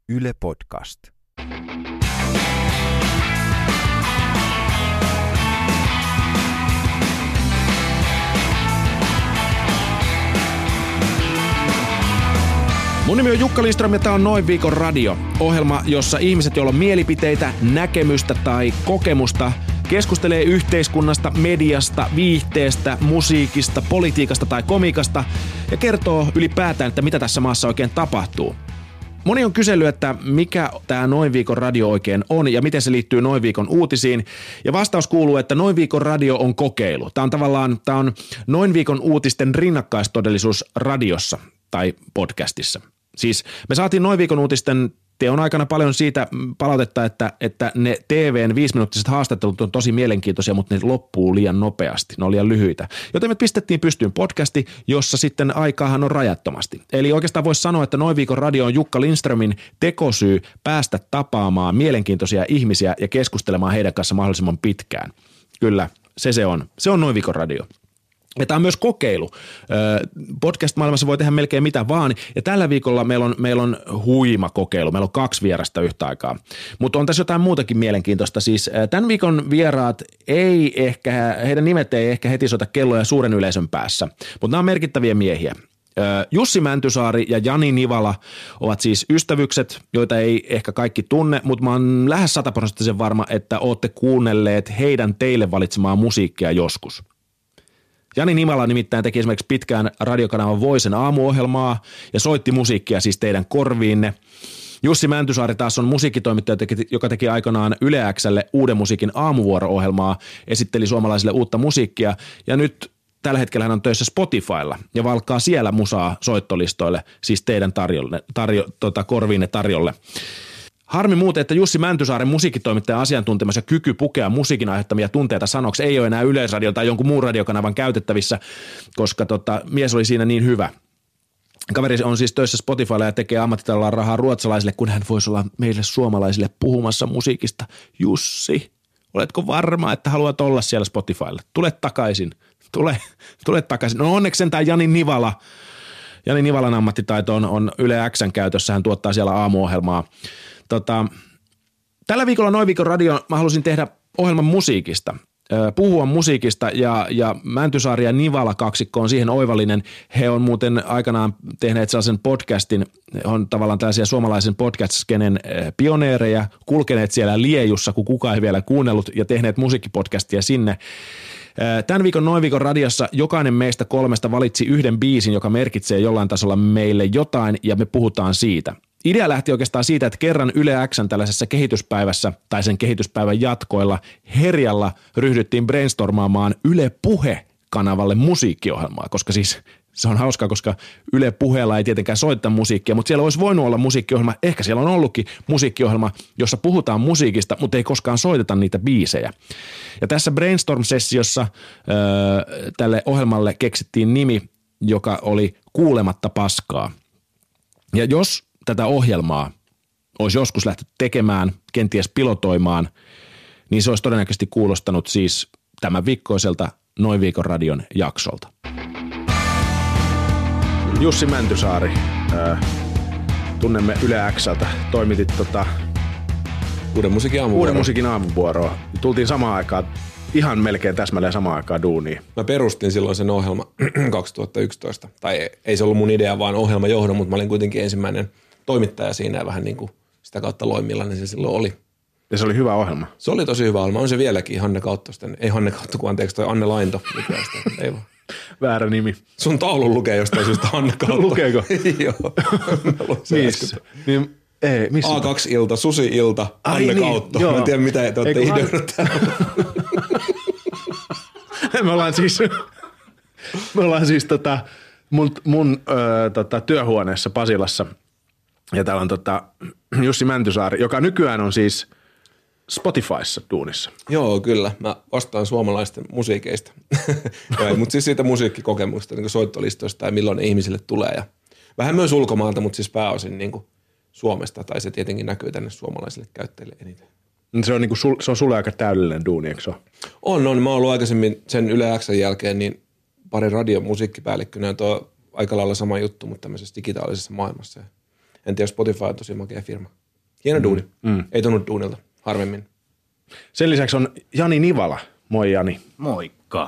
Yle Podcast. Mun nimi on Jukka Lindström ja tää on Noin viikon radio. Ohjelma, jossa ihmiset, joilla on mielipiteitä, näkemystä tai kokemusta, keskustelee yhteiskunnasta, mediasta, viihteestä, musiikista, politiikasta tai komiikasta ja kertoo ylipäätään, että mitä tässä maassa oikein tapahtuu. Moni on kysellyt, että mikä tämä Noin viikon radio oikein on ja miten se liittyy Noin viikon uutisiin. Ja vastaus kuuluu, että Noin viikon radio on kokeilu. Tämä on Noin viikon uutisten rinnakkaistodellisuus radiossa tai podcastissa. Siis me saatiin Noin viikon uutisten teon aikana paljon siitä palautetta, että ne TV:n 5-minuuttiset haastattelut on tosi mielenkiintoisia, mutta ne loppuu liian nopeasti, ne on liian lyhyitä. Joten me pistettiin pystyyn podcasti, jossa sitten aikaahan on rajattomasti. Eli oikeastaan voisi sanoa, että Noin viikon radio on Jukka Lindströmin tekosyy päästä tapaamaan mielenkiintoisia ihmisiä ja keskustelemaan heidän kanssa mahdollisimman pitkään. Kyllä, se on. Se on Noin viikon radio. Ja tämä on myös kokeilu. Podcast-maailmassa voi tehdä melkein mitä vaan. Ja tällä viikolla meillä on huima kokeilu. Meillä on 2 vierasta yhtä aikaa. Mutta on tässä jotain muutakin mielenkiintoista. Siis tämän viikon vieraat heidän nimet ei ehkä heti soita kelloja suuren yleisön päässä. Mutta nämä on merkittäviä miehiä. Jussi Mäntysaari ja Jani Nivala ovat siis ystävykset, joita ei ehkä kaikki tunne, mutta mä oon lähes 100% varma, että ootte kuunnelleet heidän teille valitsemaa musiikkia joskus. Jani Nivala nimittäin teki esimerkiksi pitkään radiokanavan Voicen aamuohjelmaa ja soitti musiikkia siis teidän korviinne. Jussi Mäntysaari taas on musiikkitoimittaja, joka teki aikanaan Yle X:lle Uuden musiikin aamuvuoro-ohjelmaa, esitteli suomalaisille uutta musiikkia ja nyt tällä hetkellä hän on töissä Spotifylla ja valkkaa siellä musaa soittolistoille, siis teidän korviinne tarjolle. Harmi muuten, että Jussi Mäntysaaren musiikkitoimittajan asiantuntemus ja kyky pukea musiikin aiheuttamia tunteita sanoksi ei ole enää Yleisradio tai jonkun muun radiokanavan käytettävissä, koska mies oli siinä niin hyvä. Kaveri on siis töissä Spotifylla ja tekee ammattitaidolla rahaa ruotsalaisille, kun hän voisi olla meille suomalaisille puhumassa musiikista. Jussi, oletko varma, että haluat olla siellä Spotifylla? Tule takaisin. Tule takaisin. No onneksi sentään Jani Nivalan ammattitaito on Yle X:n käytössä. Hän tuottaa siellä aamuohjelmaa. Tällä viikolla Noin viikon radio mä halusin tehdä ohjelman musiikista, puhua musiikista ja Mäntysaari ja Nivala kaksikko on siihen oivallinen. He on muuten aikanaan tehneet sellaisen podcastin, on tavallaan tällaisia suomalaisen podcast-skenen pioneereja, kulkeneet siellä liejussa, kun kukaan ei vielä kuunnellut ja tehneet musiikkipodcastia sinne. Tämän viikon Noin viikon radiossa jokainen meistä 3 valitsi yhden biisin, joka merkitsee jollain tasolla meille jotain ja me puhutaan siitä. Idea lähti oikeastaan siitä, että kerran Yle X:n tällaisessa kehityspäivässä tai sen kehityspäivän jatkoilla Herjalla ryhdyttiin brainstormaamaan Yle Puhe-kanavalle musiikkiohjelmaa, koska siis se on hauskaa, koska Yle Puheella ei tietenkään soittaa musiikkia, mutta siellä olisi voinut olla musiikkiohjelma, ehkä siellä on ollutkin musiikkiohjelma, jossa puhutaan musiikista, mutta ei koskaan soiteta niitä biisejä. Ja tässä brainstorm-sessiossa tälle ohjelmalle keksittiin nimi, joka oli Kuulematta paskaa. Ja jos tätä ohjelmaa olisi joskus lähty tekemään, kenties pilotoimaan, niin se olisi todennäköisesti kuulostanut siis tämän viikkoiselta Noin viikon radion jaksolta. Jussi Mäntysaari, tunnemme Yle X:ltä, toimitit Uuden musiikin aamuvuoroa. Tultiin samaan aikaan, ihan melkein täsmälleen samaan aikaan duuniin. Mä perustin silloin sen ohjelma 2011. Tai ei se ollut mun idea, vaan ohjelmajohdon, mutta mä olin kuitenkin ensimmäinen toimittaja siinä ja vähän niin kuin sitä kautta loin, millainen se silloin oli. Ja se oli hyvä ohjelma. Se oli tosi hyvä ohjelma. On se vieläkin Hanne Kauttosten. Ei Hanne Kautto, kun anteeksi toi Anne Lainto. Ei vaan. Väärä nimi. Sun taulu lukee jostain syystä Hanne Kautto. Lukeeko? Joo. Missä? Missä? A2-ilta, Susi-ilta, Hanne Kautto. Joo. Mä en tiedä, mitä te olette ideoinut täällä. Me ollaan siis mun työhuoneessa Pasilassa. Ja täällä on Jussi Mäntysaari, joka nykyään on siis Spotifyssa duunissa. Joo, kyllä. Mä vastaan suomalaisten musiikeista. Mutta siis siitä musiikkikokemusta, niin soittolistoista ja milloin ne ihmisille tulee. Ja vähän myös ulkomaalta, mutta siis pääosin niin kuin Suomesta. Tai se tietenkin näkyy tänne suomalaisille käyttäjille eniten. Se on, niin se on sulle aika täydellinen duuni, eikö se ole? On. Mä oon ollut aikaisemmin sen Yle X:n jälkeen niin pari radion musiikkipäällikkönä. Ja tuo aika lailla sama juttu, mutta tämmöisessä digitaalisessa maailmassa. En tiedä, Spotify on tosi makea firma. Hieno duuni. Ei tunnu duunilta, harvemmin. Sen lisäksi on Jani Nivala. Moi Jani. Moikka.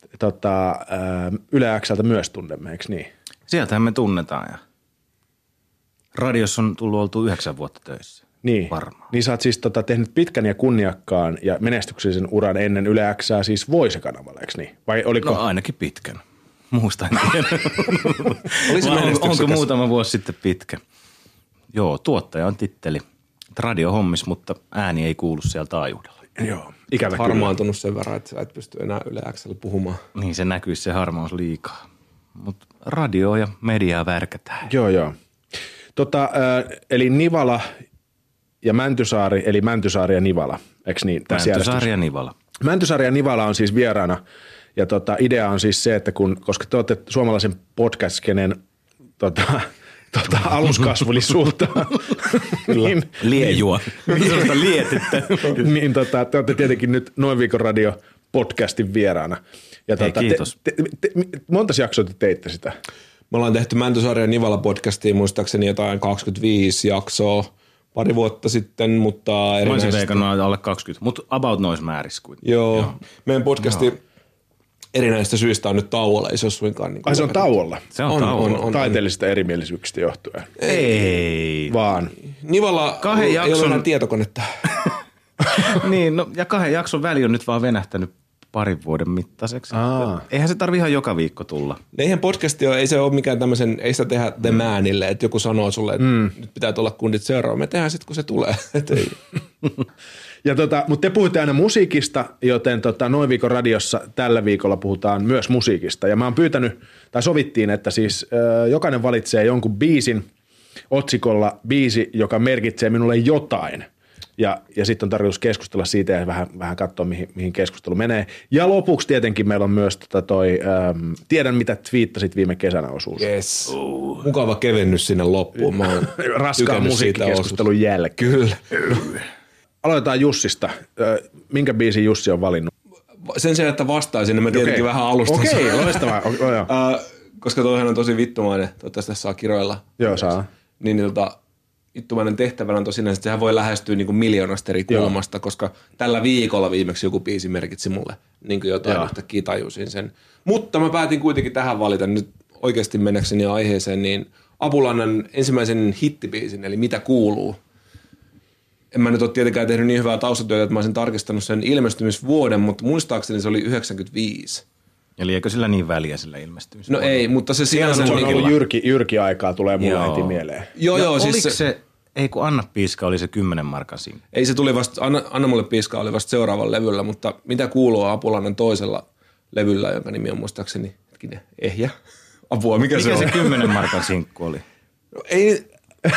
Yle X:ltä myös tunnemme, eikö niin? Sieltähän me tunnetaan ja radiossa on tullut oltu 9 vuotta töissä. Niin. Varmaan. Niin sä oot siis tehnyt pitkän ja kunniakkaan ja menestyksellisen uran ennen Yle X:ää siis Voise-kanavalla, eikö niin? Vai oliko? No ainakin pitkän. Muusta en tiedä. Onko muutama vuosi sitten pitkä? Joo, tuottaja on titteli. Radiohommis, mutta ääni ei kuulu sieltä taajuudella. Joo, ikävä harmaantunut sen verran, että sä et pysty enää Yle X:llä puhumaan. Niin se näkyisi se harmaus liikaa. Mutta radio ja mediaa värkätään. Joo. Eli Nivala ja Mäntysaari, eli Mäntysaari ja Nivala, eikö niin? Mäntysaari ja Nivala. Mäntysaari ja Nivala on siis vieraana ja idea on siis se, että koska te olette suomalaisen podcast-skenen aluskasvullisuutta. niin, liejua. Sellaista lietettä. niin te olette tietenkin nyt Noin Viikon Radio podcastin vieraana. Ja kiitos. Monta jaksoa te teitte sitä? Me ollaan tehty Mäntysaari ja Nivala podcastiin muistaakseni jotain 25 jaksoa pari vuotta sitten, mutta mä olisin veikannut alle 20, mutta about nois määrissä kuitenkin. Joo. Meidän podcasti erinäisistä syistä on nyt tauolla, ei se ole suinkaan niin kuin se on tauolla? Se on tauolla. On. Taiteellisista erimielisyyksistä johtuen. Ei. Vaan. Nivala ei ole enää tietokonetta. niin, no ja 2 jakson väli on nyt vaan venähtänyt parin vuoden mittaiseksi. Eihän se tarvi ihan joka viikko tulla. Eihän podcasti ei se ole mikään tämmöisen, ei sitä tehdä The Manille, että joku sanoo sulle, että nyt pitää tulla kundit seuraava. Me tehdään sitten, kun se tulee. Ja mutta te puhutte aina musiikista, joten Noin Viikon radiossa tällä viikolla puhutaan myös musiikista. Ja mä oon pyytänyt, tai sovittiin, että siis jokainen valitsee jonkun biisin otsikolla biisi, joka merkitsee minulle jotain. Ja sitten on tarkoitus keskustella siitä ja vähän katsoa, mihin keskustelu menee. Ja lopuksi tietenkin meillä on myös tiedän mitä twiittasit viime kesänä -osuus. Yes. Mukava kevennys sinne loppuun. Mä oon raskaan musiikkikeskustelun jälkeen. Kyllä. Aloitetaan Jussista. Minkä biisin Jussi on valinnut? Sen sijaan, että vastaisin, niin mä tietenkin vähän alustan. Okei, loistavaa. Koska toihan on tosi vittumainen, toivottavasti tässä saa kiroilla. Joo, saa. Niin vittumainen tehtävänä on tosiaan, että sehän voi lähestyä niin kuin miljoonasta eri kulmasta, koska tällä viikolla viimeksi joku biisi merkitsi mulle niin kuin jotain, yhtäkkiä tajusin sen. Mutta mä päätin kuitenkin tähän valita, nyt oikeasti mennäkseni aiheeseen, niin Apulannan ensimmäisen hittibiisin, eli Mitä kuuluu. En mä nyt ole tietenkään tehnyt niin hyvää taustatyötä, että mä olisin tarkistanut sen ilmestymisvuoden, mutta muistaakseni se oli 95. Eli eikö sillä niin väliä sillä ilmestymisellä? No ei, mutta se sinänsä... Se on ollut jyrki-aikaa, tulee mulle heti mieleen. Joo, siis oliko se... Ei kun Anna Piiska oli se 10 markan sinkku. Ei se tuli vasta, Anna mulle Piiska oli vasta seuraavalla levyllä, mutta Mitä kuuluu Apulannan toisella levyllä, jonka nimi on muistaakseni, Ehjä. Apua, mikä se on? Mikä se 10 markan sinkku oli? No, ei...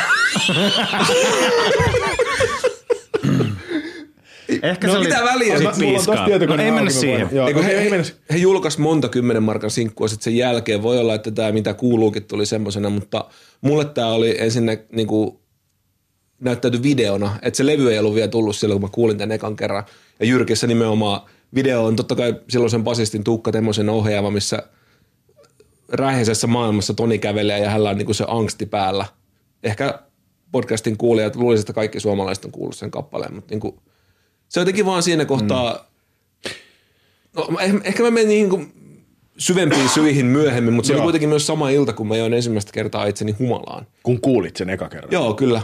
Ehkä se oli... Mitä väliä? Ei mennä siihen. He julkaisi monta 10 markan sinkkua sitten sen jälkeen. Voi olla, että tämä Mitä kuuluukin tuli semmosena, mutta mulle tämä oli ensinnä niinku näyttäytyi videona, että se levy ei ollut vielä tullut silloin, kun mä kuulin tämän ekan kerran. Ja Jyrkissä nimenomaan video on totta kai silloin sen basistin Tuukka Temmosen ohjaava, missä räiheisessä maailmassa Toni kävelee ja hänellä on niinku se angsti päällä. Ehkä podcastin kuulijat luulisivat, että kaikki suomalaiset on kuullut sen kappaleen, mutta niinku, se jotenkin vaan siinä kohtaa, no ehkä mä menin niinku syvempiin syihin myöhemmin, mutta se oli kuitenkin myös sama ilta, kun mä join ensimmäistä kertaa itseni humalaan. Kun kuulit sen eka kerran. Joo, kyllä.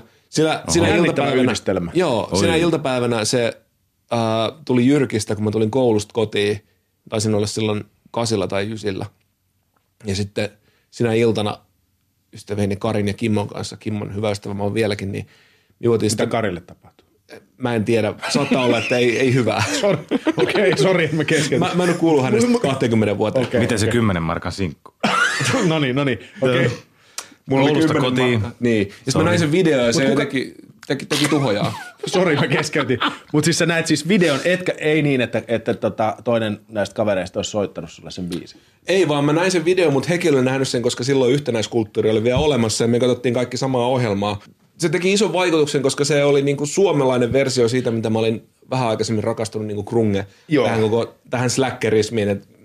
Sinä iltapäivänä se tuli Jyrkistä, kun mä tulin koulusta kotiin. Taisin olla silloin 8 tai 9. Ja sitten sinä iltana ystäväni Karin ja Kimmon kanssa, Kimmon hyvä ystävä mä oon vieläkin, niin juotiin sitä. Mitä Karille tapahtui? Mä en tiedä. Saattaa olla, että ei hyvää. Okei, mä keskeytän. Mä en ole kuullut hänestä 20 vuotta. Okay, miten se 10 markan sinkku? No niin. Okei. Mulla oli 10 kotiin. Niin. Ja sitten mä näin sen video ja se teki tuhojaa. Sori, mä keskeytin. Mutta siis sä näet siis videon, ei niin, että toinen näistä kavereista olisi soittanut sulle sen biisin. Ei vaan, mä näin sen videon, mutta hekin oli nähnyt sen, koska silloin yhtenäiskulttuuri oli vielä olemassa ja me katsottiin kaikki samaa ohjelmaa. Se teki ison vaikutuksen, koska se oli niinku suomalainen versio siitä, mitä mä olin vähän aikaisemmin rakastunut niinku grunge tähän slackerismiin.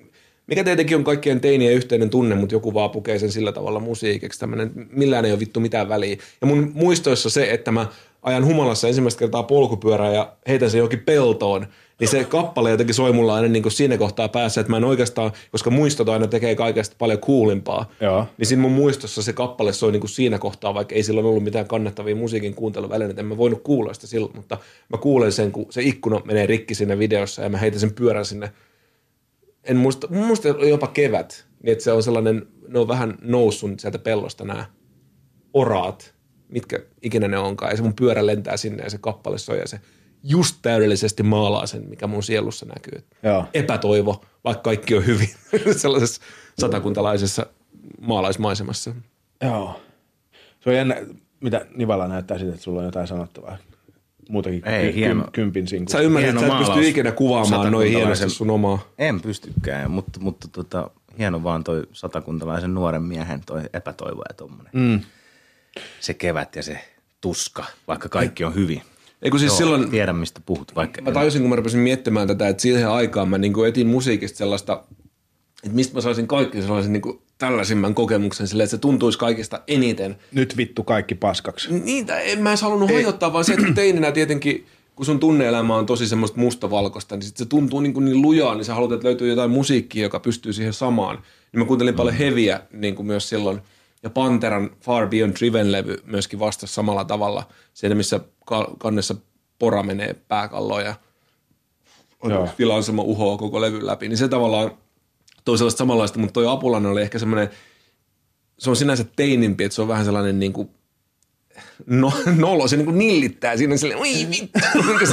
mikä tietenkin on kaikkien teinien yhteinen tunne, mutta joku vaan pukee sen sillä tavalla musiikiksi. Tämmöinen, millään ei ole vittu mitään väliä. Ja mun muistoissa se, että mä ajan humalassa ensimmäistä kertaa polkupyörää ja heitän sen johonkin peltoon, niin se kappale jotenkin soi mulla aina niin kuin siinä kohtaa päässä, että mä en oikeastaan, koska muistot aina tekee kaikesta paljon coolimpaa, niin siinä mun muistossa se kappale soi niin kuin siinä kohtaa, vaikka ei silloin ollut mitään kannattavia musiikin kuunteluvälineitä, en mä voinut kuulla sitä silloin, mutta mä kuulen sen, kun se ikkuna menee rikki siinä videossa ja mä heitän sen pyörän sinne. En muista jopa kevät, niin että se on sellainen, ne on vähän noussut sieltä pellosta nämä oraat, mitkä ikinä ne onkaan, ja se mun pyörä lentää sinne ja se kappale soi ja se just täydellisesti maalaa sen, mikä mun sielussa näkyy. Joo. Epätoivo, vaikka kaikki on hyvin sellaisessa satakuntalaisessa maalaismaisemassa. Joo. Se on jännä, mitä Nivala näyttää siitä, että sulla on jotain sanottavaa. Muutakin kympin sinkku. Sä ymmärrät, että sä et pysty ikinä kuvaamaan noin hienosti sun omaa. En pystykään, mutta hieno vaan toi satakuntalaisen nuoren miehen toi epätoivo ja tommonen. Se kevät ja se tuska, vaikka kaikki on hyvin. Eikö siis silloin, tiedän, mistä puhut. Vaikka mä tajusin, kun mä rupesin miettimään tätä, että siihen aikaan mä niin etin musiikista sellaista, että mistä mä saisin kaikki sellaisen niin tällaisimman kokemuksen silleen, että se tuntuisi kaikista eniten. Nyt vittu kaikki paskaksi. Niitä en mä edes halunnut hajottaa, vaan se, että teininä tietenkin, kun sun tunne-elämä on tosi semmoista mustavalkoista, niin sit se tuntuu niin lujaa, niin sä haluat, että löytyy jotain musiikkia, joka pystyy siihen samaan. Niin mä kuuntelin paljon heavyä niin kuin myös silloin. Ja Panteran Far Beyond Driven-levy myöskin vastasi samalla tavalla. Siinä, missä kannessa pora menee pääkalloon ja filansema uhoa koko levyn läpi. Niin se tavallaan toi sellaista samanlaista, mutta toi Apulainen oli ehkä semmoinen, se on sinänsä teinimpi, että se on vähän sellainen niin kuin nolo, se niin kuin nillittää siinä silleen, oi vittu,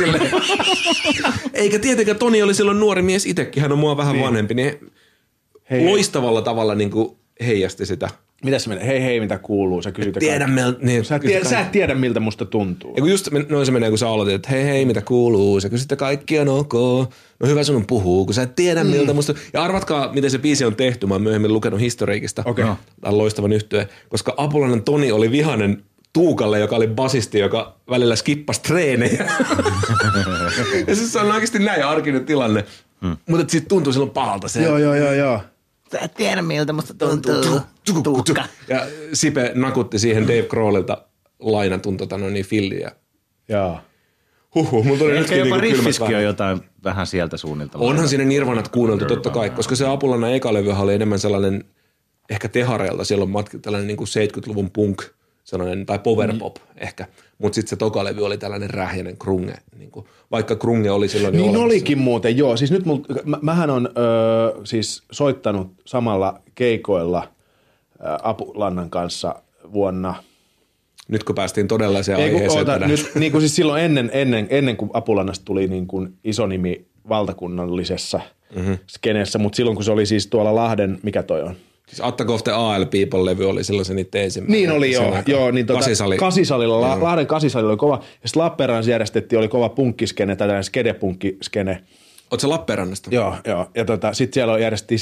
eikä tietenkään Toni oli silloin nuori mies itsekin, hän on mua vähän vanhempi, niin loistavalla tavalla niin kuin heijasti sitä. Mitä se menee? Hei, mitä kuuluu? Sä kysyt niin, sä et tiedä, miltä musta tuntuu. Ja kun just noin se menee, kun sä aloitit, että hei, mitä kuuluu? Sä kysyt, että kaikki on ok. No hyvä sun puhuu, kun sä et tiedä, miltä musta. Ja arvatkaa, miten se biisi on tehty. Mä oon myöhemmin lukenut historiikista. Tämän loistavan yhtyeen. Koska Apulainen Toni oli vihainen Tuukalle, joka oli basisti, joka välillä skippasi treenejä. Ja siis se on oikeasti näin arkinen tilanne. Mutta siitä tuntuu silloin pahalta se. Joo. Sä et tiedä, miltä musta tuntuu. Tuukka. Ja Sipe nakutti siihen Dave Grohlilta lainatun filliä. Joo. Mulla tuli ehkä jopa riffiskin on jotain vähän sieltä suunnilta. Onhan siinä Nirvanat kuunneltu totta kai, koska se Apulainen eka levyhän oli enemmän sellainen ehkä tehareelta. Siellä on tällainen niin kuin 70-luvun punk, sellainen, tai powerpop ehkä. Mutta sitten se toka levy oli tällainen rähjäinen grunge. Niin kuin, vaikka grunge oli silloin niin olemassa. Olikin muuten, joo. Siis nyt mähän on siis soittanut samalla keikoilla Apulannan kanssa vuonna. Nyt kun päästiin todelliseen aiheeseen. Nyt, niin kuin siis silloin ennen kuin Apulannasta tuli niin kuin iso nimi valtakunnallisessa skeneessä, mutta silloin kun se oli siis tuolla Lahden, mikä toi on? Siis Attack of the AL People-levy oli silloin se niiden ensimmäinen. Niin oli joo. Niin Kasisalilla, Lahden Kasisalilla oli kova. Ja sitten Lappeenrannassa järjestettiin, oli kova punkkiskene, tällainen skedepunkkiskene. Ootko sä Lappeenrannasta? Joo. Ja sitten siellä järjestettiin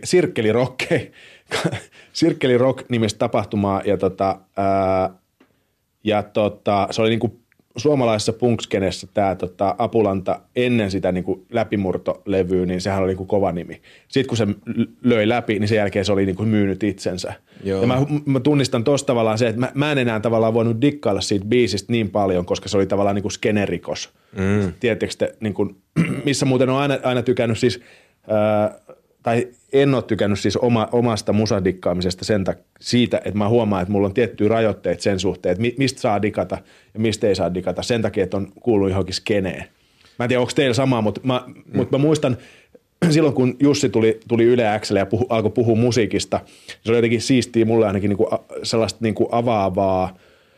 Sirkkeli Rock nimistä tapahtumaa. Ja se oli niinku suomalaisessa punkskenessä tämä Apulanta ennen sitä niinku läpimurtolevyä, niin sehän oli niinku kova nimi. Sitten kun se löi läpi, niin sen jälkeen se oli niinku myynyt itsensä. Joo. Ja mä tunnistan tossa tavallaan se, että mä en enää tavallaan voinut dikkailla siitä biisistä niin paljon, koska se oli tavallaan niinku skenerikos. Tiedättekö te, niinku, missä muuten on aina tykännyt siis, tai en ole tykännyt siis omasta musadikkaamisesta siitä, että mä huomaan, että mulla on tiettyjä rajoitteita sen suhteen, että mistä saa dikata ja mistä ei saa dikata sen takia, että on kuullut johonkin skeneen. Mä en tiedä, onko teillä samaa, mutta mä muistan silloin, kun Jussi tuli Yle X:lle ja alkoi puhua musiikista, se oli jotenkin siistiä mulle ainakin niinku sellaista niinku avaavaa.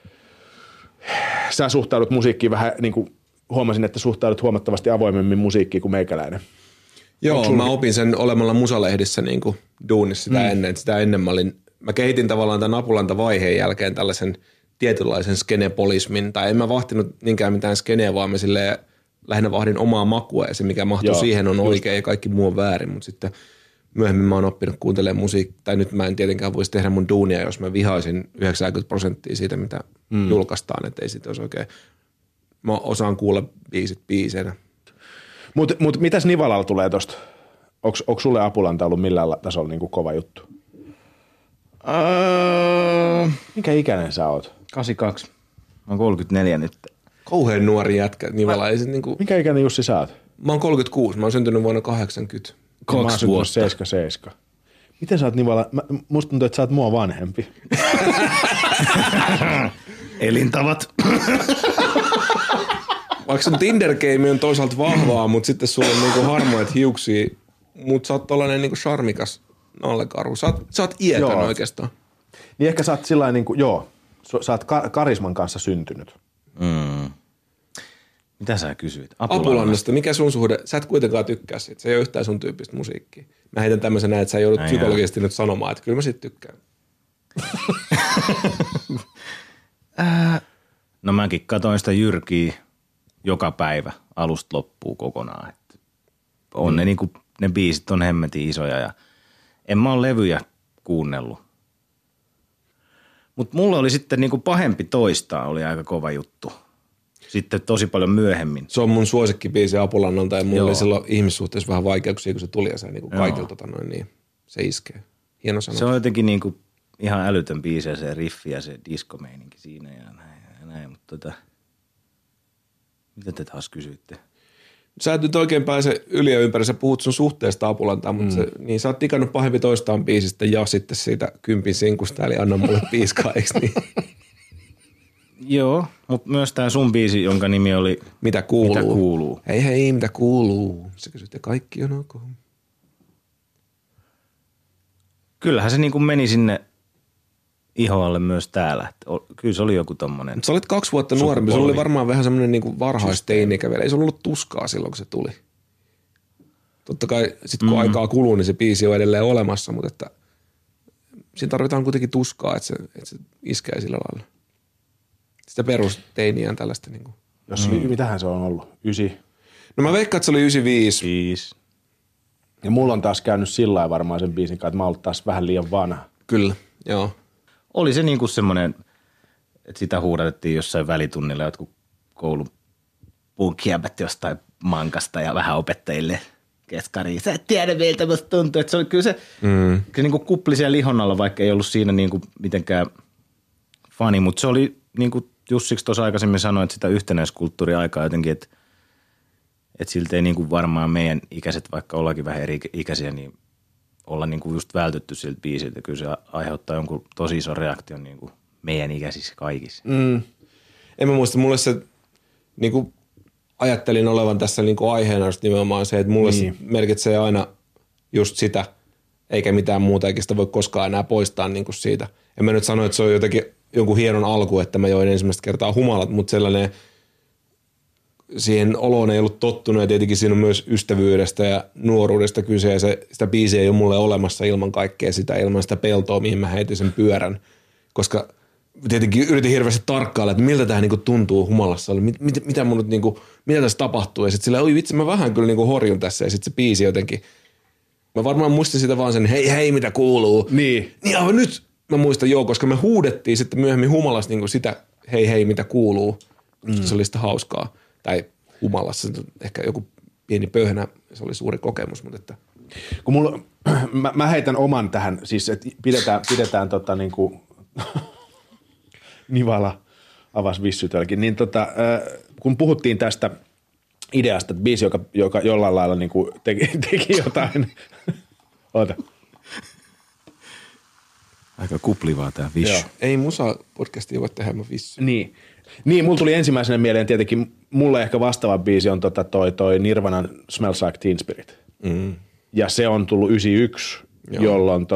Sä suhtaudut musiikkiin vähän, niinku, huomasin, että suhtaudut huomattavasti avoimemmin musiikkiin kuin meikäläinen. Joo, mä opin sen olemalla musalehdissä niin kuin duunissa sitä ennen mä kehitin tavallaan tämän Apulanta-vaiheen jälkeen tällaisen tietynlaisen skenepolismin, tai en mä vahtinut niinkään mitään skeneä, vaan mä silleen lähinnä vahdin omaa makua, ja se mikä mahtuu siihen on oikein ja kaikki muu on väärin, mutta sitten myöhemmin mä oon oppinut kuuntelemaan musiikkia, tai nyt mä en tietenkään voisi tehdä mun duunia, jos mä vihaisin 90% siitä, mitä julkaistaan, että ei sit olisi oikein, mä osaan kuulla biisit biiseinä. Mut mitäs Nivalalla tulee tosta? Onko sulle Apulanta ollut millään tasolla niin kuin kova juttu? Minkä ikäinen sä oot? 82. Mä oon 34 nyt. Kauhean nuori jätkä. Niinku... Minkä ikäinen Jussi sä oot? Mä oon 36. Mä oon syntynyt vuonna 80. 2 vuotta. 77. Miten sä oot Nivala? Musta tuntuu, että sä oot mua vanhempi. Elintavat. Vaikka sun Tinder-game on toisaalta vahvaa, mutta sitten sulla on niinku harmaat hiuksia, mutta sä oot tollanen niinku charmikas nallekaru. Sä oot iätön oikeastaan. Niin ehkä sä oot sillain niinku, sä oot karisman kanssa syntynyt. Mitä sä kysyit? Apulannasta. Mikä sun suhde? Sä et kuitenkaan tykkää siitä. Se ei ole yhtään sun tyyppistä musiikkia. Mä heitän tämmöisen näin, että sä joudut psykologisesti nyt sanomaan, että kyllä mä siitä tykkään. No mäkin katoin sitä Jyrkiä joka päivä alusta loppuun kokonaan. Et on ne biisit on hemmetin isoja ja en mä ole levyjä kuunnellut. Mutta mulla oli sitten niinku pahempi toistaa, oli aika kova juttu. Sitten tosi paljon myöhemmin. Se on mun suosikkibiisi Apulannalta ja mulla oli silloin ihmissuhteessa vähän vaikeuksia, kun se tuli ja se niinku kaikilta niin se iskee. Hieno sanoa. Se on jotenkin niinku ihan älytön biisi ja se riffi ja se diskomeininki siinä ja näin. Mutta mitä te taas kysyitte? Sä et nyt oikein pääse yli ja ympäri. Sä puhut sun suhteesta Apulantaan, mutta niin sä oot tikannut pahempi toistaan biisistä ja sitten siitä 10 sinkusta, eli anna mulle piiskaa, eikö niin? Joo, mutta myös tää sun biisi, jonka nimi oli Mitä kuuluu? Mitä kuuluu? Hei, mitä kuuluu? Sä kysytte, kaikki on ok. Kyllähän se niinku meni sinne ihoalle myös täällä. Kyllä se oli joku tommonen. Sä olit 2 vuotta nuorempi. Se oli varmaan vähän semmoinen niinku varhaisteini-ikä vielä. Ei se ollut tuskaa silloin, kun se tuli. Totta kai sit kun aikaa kuluu, niin se biisi on edelleen olemassa, mutta että siinä tarvitaan kuitenkin tuskaa, että se iskee sillä lailla. Sitä perusteiniä on tällaista niinku. Mitähän se on ollut? 9? No mä veikkaan, että se oli 95. 5. Ja mulla on taas käynyt sillä lailla varmaan sen biisin kanssa, että mä oon ollut taas vähän liian vanha. Kyllä, joo. Oli se niinku semmoinen, että sitä huudatettiin jossain välitunnilla jotkut koulun punkkiäbät jostain mankasta ja vähän opettajille keskariin. Sä et tiedä miltä musta tuntuu, että se oli kyllä se niinku kupli siellä lihon alla, vaikka ei ollut siinä niinku mitenkään fani, mutta se oli niinku Jussiksi tuossa aikaisemmin sanoi, että sitä yhtenäiskulttuuriaikaa jotenkin, että siltä ei niinku varmaan meidän ikäiset, vaikka ollaankin vähän eri ikäisiä, niin olla niinku just vältytty siltä biisiltä. Kyllä se aiheuttaa jonkun tosi ison reaktion niinku meidän ikäisissä kaikissa. En mä muista, mulle se niinku ajattelin olevan tässä niinku aiheena just nimenomaan se, että mulle se merkitsee aina just sitä, eikä mitään muuta, eikä sitä voi koskaan enää poistaa niinku siitä. En mä nyt sano, että se on jotenkin jonkun hienon alku, että mä join ensimmäistä kertaa humalat, mutta sellainen siihen oloon ei ollut tottunut ja tietenkin siinä on myös ystävyydestä ja nuoruudesta kyse ja sitä biisiä ei ole mulle olemassa ilman kaikkea sitä, ilman sitä peltoa, mihin mä heitin sen pyörän, koska tietenkin yritin hirveästi tarkkailla, että miltä tämä niinku tuntuu humalassa, mitä mun nyt niinku, mitä tässä tapahtuu ja sitten sillä oi vitsi mä vähän kyllä niinku horjun tässä ja sitten se biisi jotenkin, mä varmaan muistin sitä vaan sen hei mitä kuuluu. Niin aivan nyt mä muistan koska me huudettiin sitten myöhemmin humalassa niinku sitä hei mitä kuuluu, se oli sitä hauskaa. Tai humalassa, ehkä joku pieni pöhnä, se oli suuri kokemus, mutta että. Kun mulla, mä heitän oman tähän, siis että pidetään niinku, Nivala avasi vissytölkin, niin kun puhuttiin tästä ideasta, että biisi, joka jollain lailla niinku teki jotain, oota. Aika kuplivaa tää vissy. Ei musa-podcastia voi tehdä vissy. Niin, mulla tuli ensimmäisenä mieleen tietenkin, mulle ehkä vastaava biisi on toi Nirvanan Smells Like Teen Spirit. Ja se on tullut 91, jolloin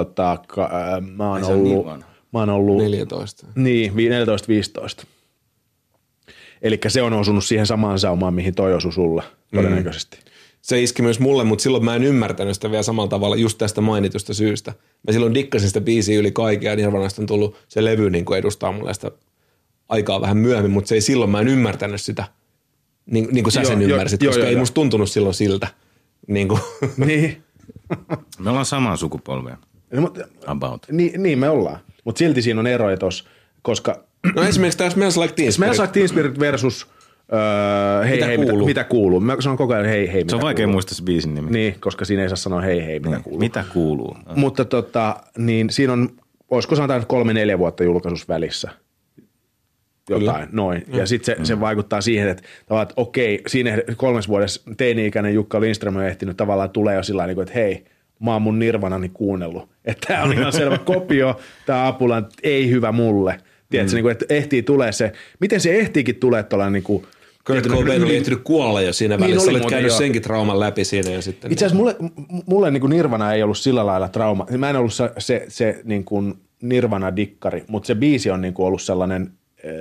mä oon ollut 14. Niin, 14-15. Elikkä se on osunut siihen samaan saumaan, mihin toi osui sulle todennäköisesti. Se iski myös mulle, mutta silloin mä en ymmärtänyt sitä vielä samalla tavalla just tästä mainitusta syystä. Mä silloin dikkasin sitä biisiä yli kaikkea ja Nirvanasta on tullut se levy niin kuin edustaa mulle sitä aikaa vähän myöhemmin, mutta se ei silloin, mä en ymmärtänyt sitä, niin kuin sä sen ymmärsit, koska ei musta tuntunut silloin siltä. Niin. Me ollaan samaa sukupolvea. About. Niin me ollaan, mutta silti siinä on eroja tossa, koska no esimerkiksi tämä Smells Like Teen Spirit. Smells Like Teen Spirit versus Mitä kuuluu? Mä sanon koko ajan hei, mitä Se on vaikea kuuluu. muistaa se biisin nimi. Niin, koska siinä ei saa sanoa hei, mitä kuuluu. Mitä kuuluu? Mutta niin siinä on, olisiko sanotaan 3-4 vuotta julkaisussa välissä. Jotain, noin. Ja sitten se vaikuttaa siihen, että okei, siinä 3 vuodessa teini-ikäinen Jukka Lindström on ehtinyt tavallaan tulee jo sillä tavalla, että hei, mä oon mun Nirvanani kuunnellut. Että tää on ihan selvä kopio, tää Apulan ei hyvä mulle. Tiedätkö, niin kuin, että ehtii tulee se, miten se ehtiikin tulee tuollainen niin kuin Kurt Cobain oli ehtinyt kuolla jo siinä välissä. oli Olet muuten, käynyt joo. senkin trauman läpi siinä ja sitten. Itse asiassa mulle niin kuin Nirvana ei ollut sillä lailla trauma. Mä en ollut se niin kuin Nirvana-dikkari, mutta se biisi on niin kuin ollut sellainen,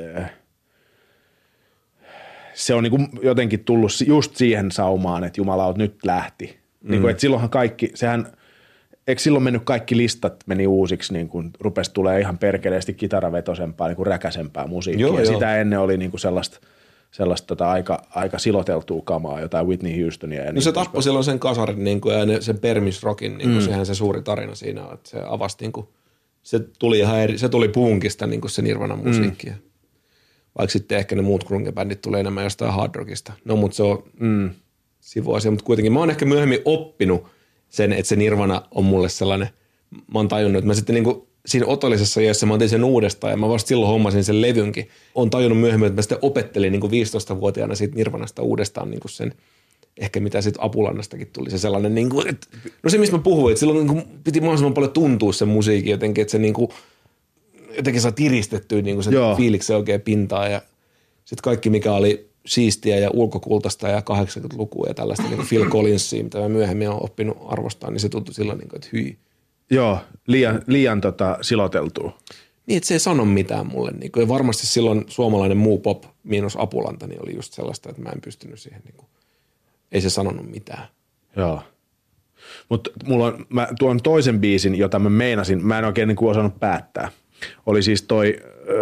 se on niin kuin jotenkin tullut just siihen saumaan, että jumala, nyt lähti. Niin kuin, että silloinhan kaikki, eikö silloin mennyt kaikki listat meni uusiksi, niin kuin rupesi tulee ihan perkeleesti kitaravetosempaa, niin kuin räkäsempää musiikkia. Joo. Sitä ennen oli niin kuin sellaista aika siloteltua kamaa, jotain Whitney Houstonia. Ja No se tappoi silloin sen kasarin niin kuin, ja sen permisrokin, niin kuin, sehän se suuri tarina siinä on, että se avasi, niin kuin, se tuli punkista niin kuin se Nirvanan musiikki. Vaikka sitten ehkä ne muut grunge-bändit tulee enemmän jostain hard rockista. No mutta se on sivuasia, mutta kuitenkin mä oon ehkä myöhemmin oppinut sen, että se Nirvana on mulle sellainen, mä oon tajunnut, että mä sitten niin kuin siinä otollisessa iässä mä otin sen uudestaan ja mä vasta silloin hommasin sen levynkin. Oon tajunnut myöhemmin, että mä sitten opettelin niin kuin 15-vuotiaana siitä Nirvanasta uudestaan niin kuin sen, ehkä mitä sitten Apulannastakin tuli se sellainen, niin kuin, että, no se mistä mä puhuin, että silloin niin kuin piti mahdollisimman paljon tuntua sen musiikin jotenkin, että se niin kuin, jotenkin saa tiristettyä niin kuin se fiiliksen oikein pintaa ja sitten kaikki mikä oli siistiä ja ulkokultaista ja 80-lukua ja tällaista niin kuin Phil Collinsia, mitä mä myöhemmin olen oppinut arvostaa, niin se tuntui silloin, niin kuin, että hyi. Joo, liian siloteltua. Niin, että se ei sano mitään mulle. Niin kuin, ja varmasti silloin suomalainen muu pop miinus Apulanta niin oli just sellaista, että mä en pystynyt siihen. Niin kuin, ei se sanonut mitään. Joo. Mutta mä tuon toisen biisin, jota mä meinasin, mä en oikein niin kuin osannut päättää. Oli siis tai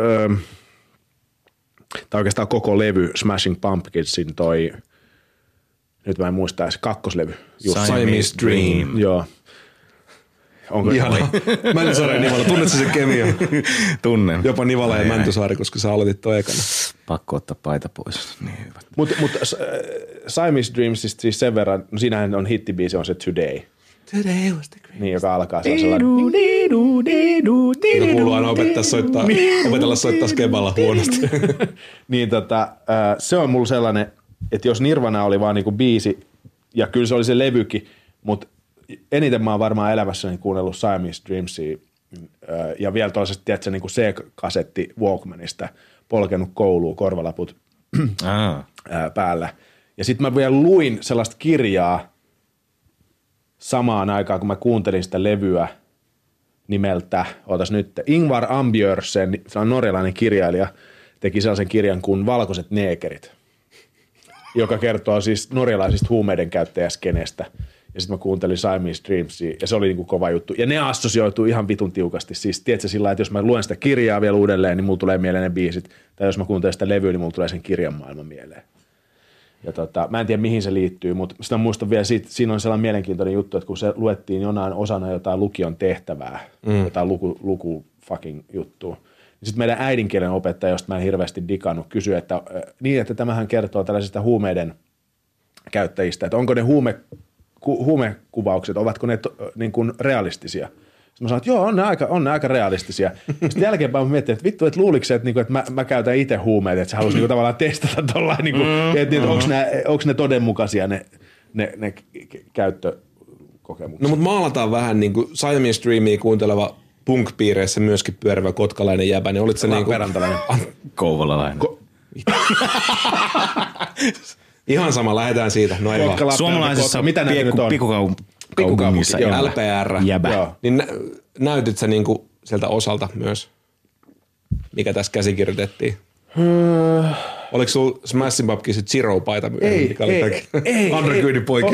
oikeastaan koko levy Smashing Pumpkinsin nyt mä en muista edes, kakkoslevy. Siamese Dream. Joo. Onko Ihanaa. Mäntysaari ja Nivala, tunnetko sen kemian? Tunnen. Jopa Nivala ja Mäntysaari, koska sä aloitit toi ekana. Pakko ottaa paita pois. Niin hyvä. Mutta Siamese Dreamsista siis sen verran, no siinähän on hittibiisi, on se Today. Today was the great. Niin, joka alkaa sellaisella. Joka kuuluu aina opetella soittaa skeballa huonosti. Niin se on mulla sellainen, että jos Nirvana oli vaan niinku biisi, ja kyllä se oli se levykin, mutta eniten mä oon varmaan elämässäni kuunnellut Siamese Dreamsia ja vielä toisesta, tiedätkö, niin kuin C-kasetti Walkmanista, polkenut kouluun, korvalaput päällä. Ja sitten mä vielä luin sellaista kirjaa samaan aikaan, kun mä kuuntelin sitä levyä nimeltä, ootas nyt, Ingvar Ambjörsen, se on norjalainen kirjailija, teki sellaisen kirjan kuin Valkoiset neekerit, joka kertoo siis norjalaisista huumeiden käyttäjäskenestä. Ja sitten mä kuuntelin Siamese Dreamsia, ja se oli niinku kova juttu. Ja ne assosioituu ihan vitun tiukasti. Siis tiedätkö sillä, että jos mä luen sitä kirjaa vielä uudelleen, niin mulla tulee mieleen ne biisit. Tai jos mä kuuntelen sitä levyä, niin mulla tulee sen kirjan maailman mieleen. Ja mä en tiedä mihin se liittyy, mutta sitä muistan vielä, siinä on sellainen mielenkiintoinen juttu, että kun se luettiin jonain osana jotain lukion tehtävää, jotain luku fucking juttua, niin sitten meidän äidinkielen opettaja, josta mä en hirveästi digannut, kysyi, että tämähän kertoo tällaisista huumeiden käyttäjistä, että onko ne huumekuvaukset, ovatko ne niin kuin realistisia? Sitten mä sanoin, että joo, on ne aika realistisia. Sitten jälkeenpäin mä mietin, että vittu, että luuliko se, että mä käytän itse huumeita, että se halusi tavallaan testata tuollain, että onko ne todenmukaisia ne käyttökokemukset. No mutta maalataan vähän niin kuin Siamese Dreamia kuunteleva punk-piireissä myöskin pyörivä kotkalainen jäbä, niin olit se niin kuin Kouvolalainen. Ihan sama, lähdetään siitä. No ei vaan. Suomalaisessa mitä näitä nyt on? pikkukaupungissa LPR. Jäbä. Niin näytit sä niinku sieltä osalta myös, mikä tässä käsikirjoitettiin? Oliko sulla Smashing Pumpkinsin Zero-paita myöhemmin? Ei. Undergroundin poikia.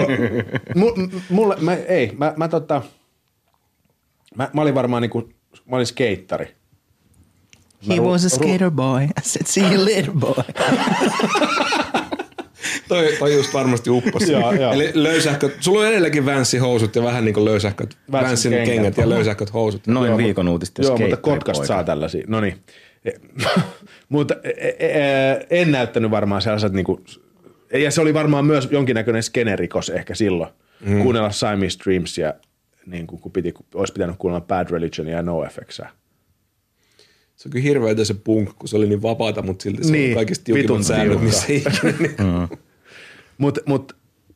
Mä olin varmaan niinku, mä olin skeittari. He was a skater boy. I said, see you later, boy. Toi just varmasti upposi. Joo. Eli löysähköt, sulla on edelleenkin Vanssi-housut ja vähän niin kuin löysähköt, Vanssin kengät ja löysähköt housut. Noin viikon uutista. Joo, mutta Kotkasta saa tällaisia. No niin. Mutta en näyttänyt varmaan sellaiset niinku, ja se oli varmaan myös jonkinnäköinen skenerikos ehkä silloin, kuunnella Siamese Dreamsia, niin kun olisi pitänyt kuunnella Bad Religionia ja NoFX:ää. Se on kyllä hirveätä se punk, kun se oli niin vapaata, mutta silti se on kaikista tiukimmat säännöt, missä ikinä. Mut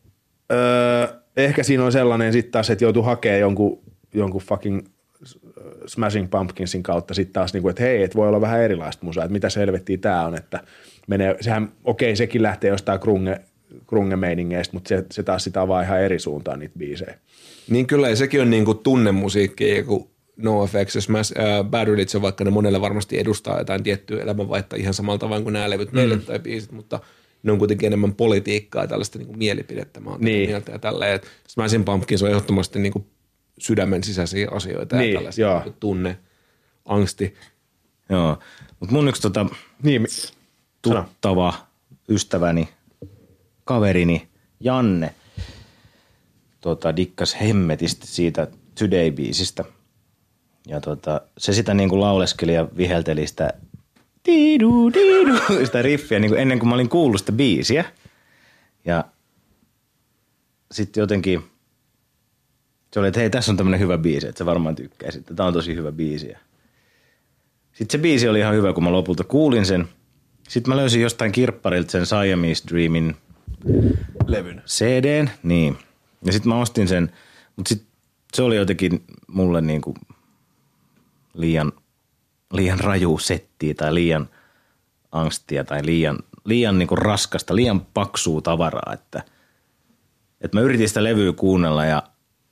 ehkä siinä on sellainen sitten taas, että joutuu hakemaan jonkun fucking Smashing Pumpkinsin kautta sitten taas, niinku, että hei, että voi olla vähän erilaista musaa, että mitä selvettiä tää on, että menee, sehän, sekin lähtee jostain grunge-meiningeistä, mutta se taas sitä avaa ihan eri suuntaan niitä biisejä. Niin kyllä, ja sekin on niinku tunnemusiikkia, kun NoFX ja Bad Religion, vaikka ne monelle varmasti edustaa jotain tiettyä elämänvaihetta ihan samalla tavalla kuin nämä levyt meille tai biisit, mutta ne on kuitenkin enemmän politiikkaa ja tällaista niinku mielipidettä, mä oon tätä mieltä ja tälleen. Smashing Pumpkins on ehdottomasti niinku sydämen sisäisiä asioita ja tällaisia niinku tunne, angsti. Joo, mutta mun yksi tuttava ystäväni, kaverini Janne dikkas hemmetisti siitä Today-biisistä. Ja se sitä niinku lauleskeli ja vihelteli sitä sitä riffiä niinku ennen kuin mä olin kuullut sitä biisiä. Ja sitten jotenkin se oli, että hei, tässä on tämmönen hyvä biisi, että sä varmaan tykkäisit. Tää on tosi hyvä biisi. Sitten se biisi oli ihan hyvä, kun mä lopulta kuulin sen. Sitten mä löysin jostain kirpparilta sen Siamese Dreamin levyn. CD:n, niin. Ja sitten mä ostin sen, mutta sitten se oli jotenkin mulle niinku liian raju settiä tai liian angstia tai liian niinku raskasta, liian paksua tavaraa, että mä yritin sitä levyä kuunnella ja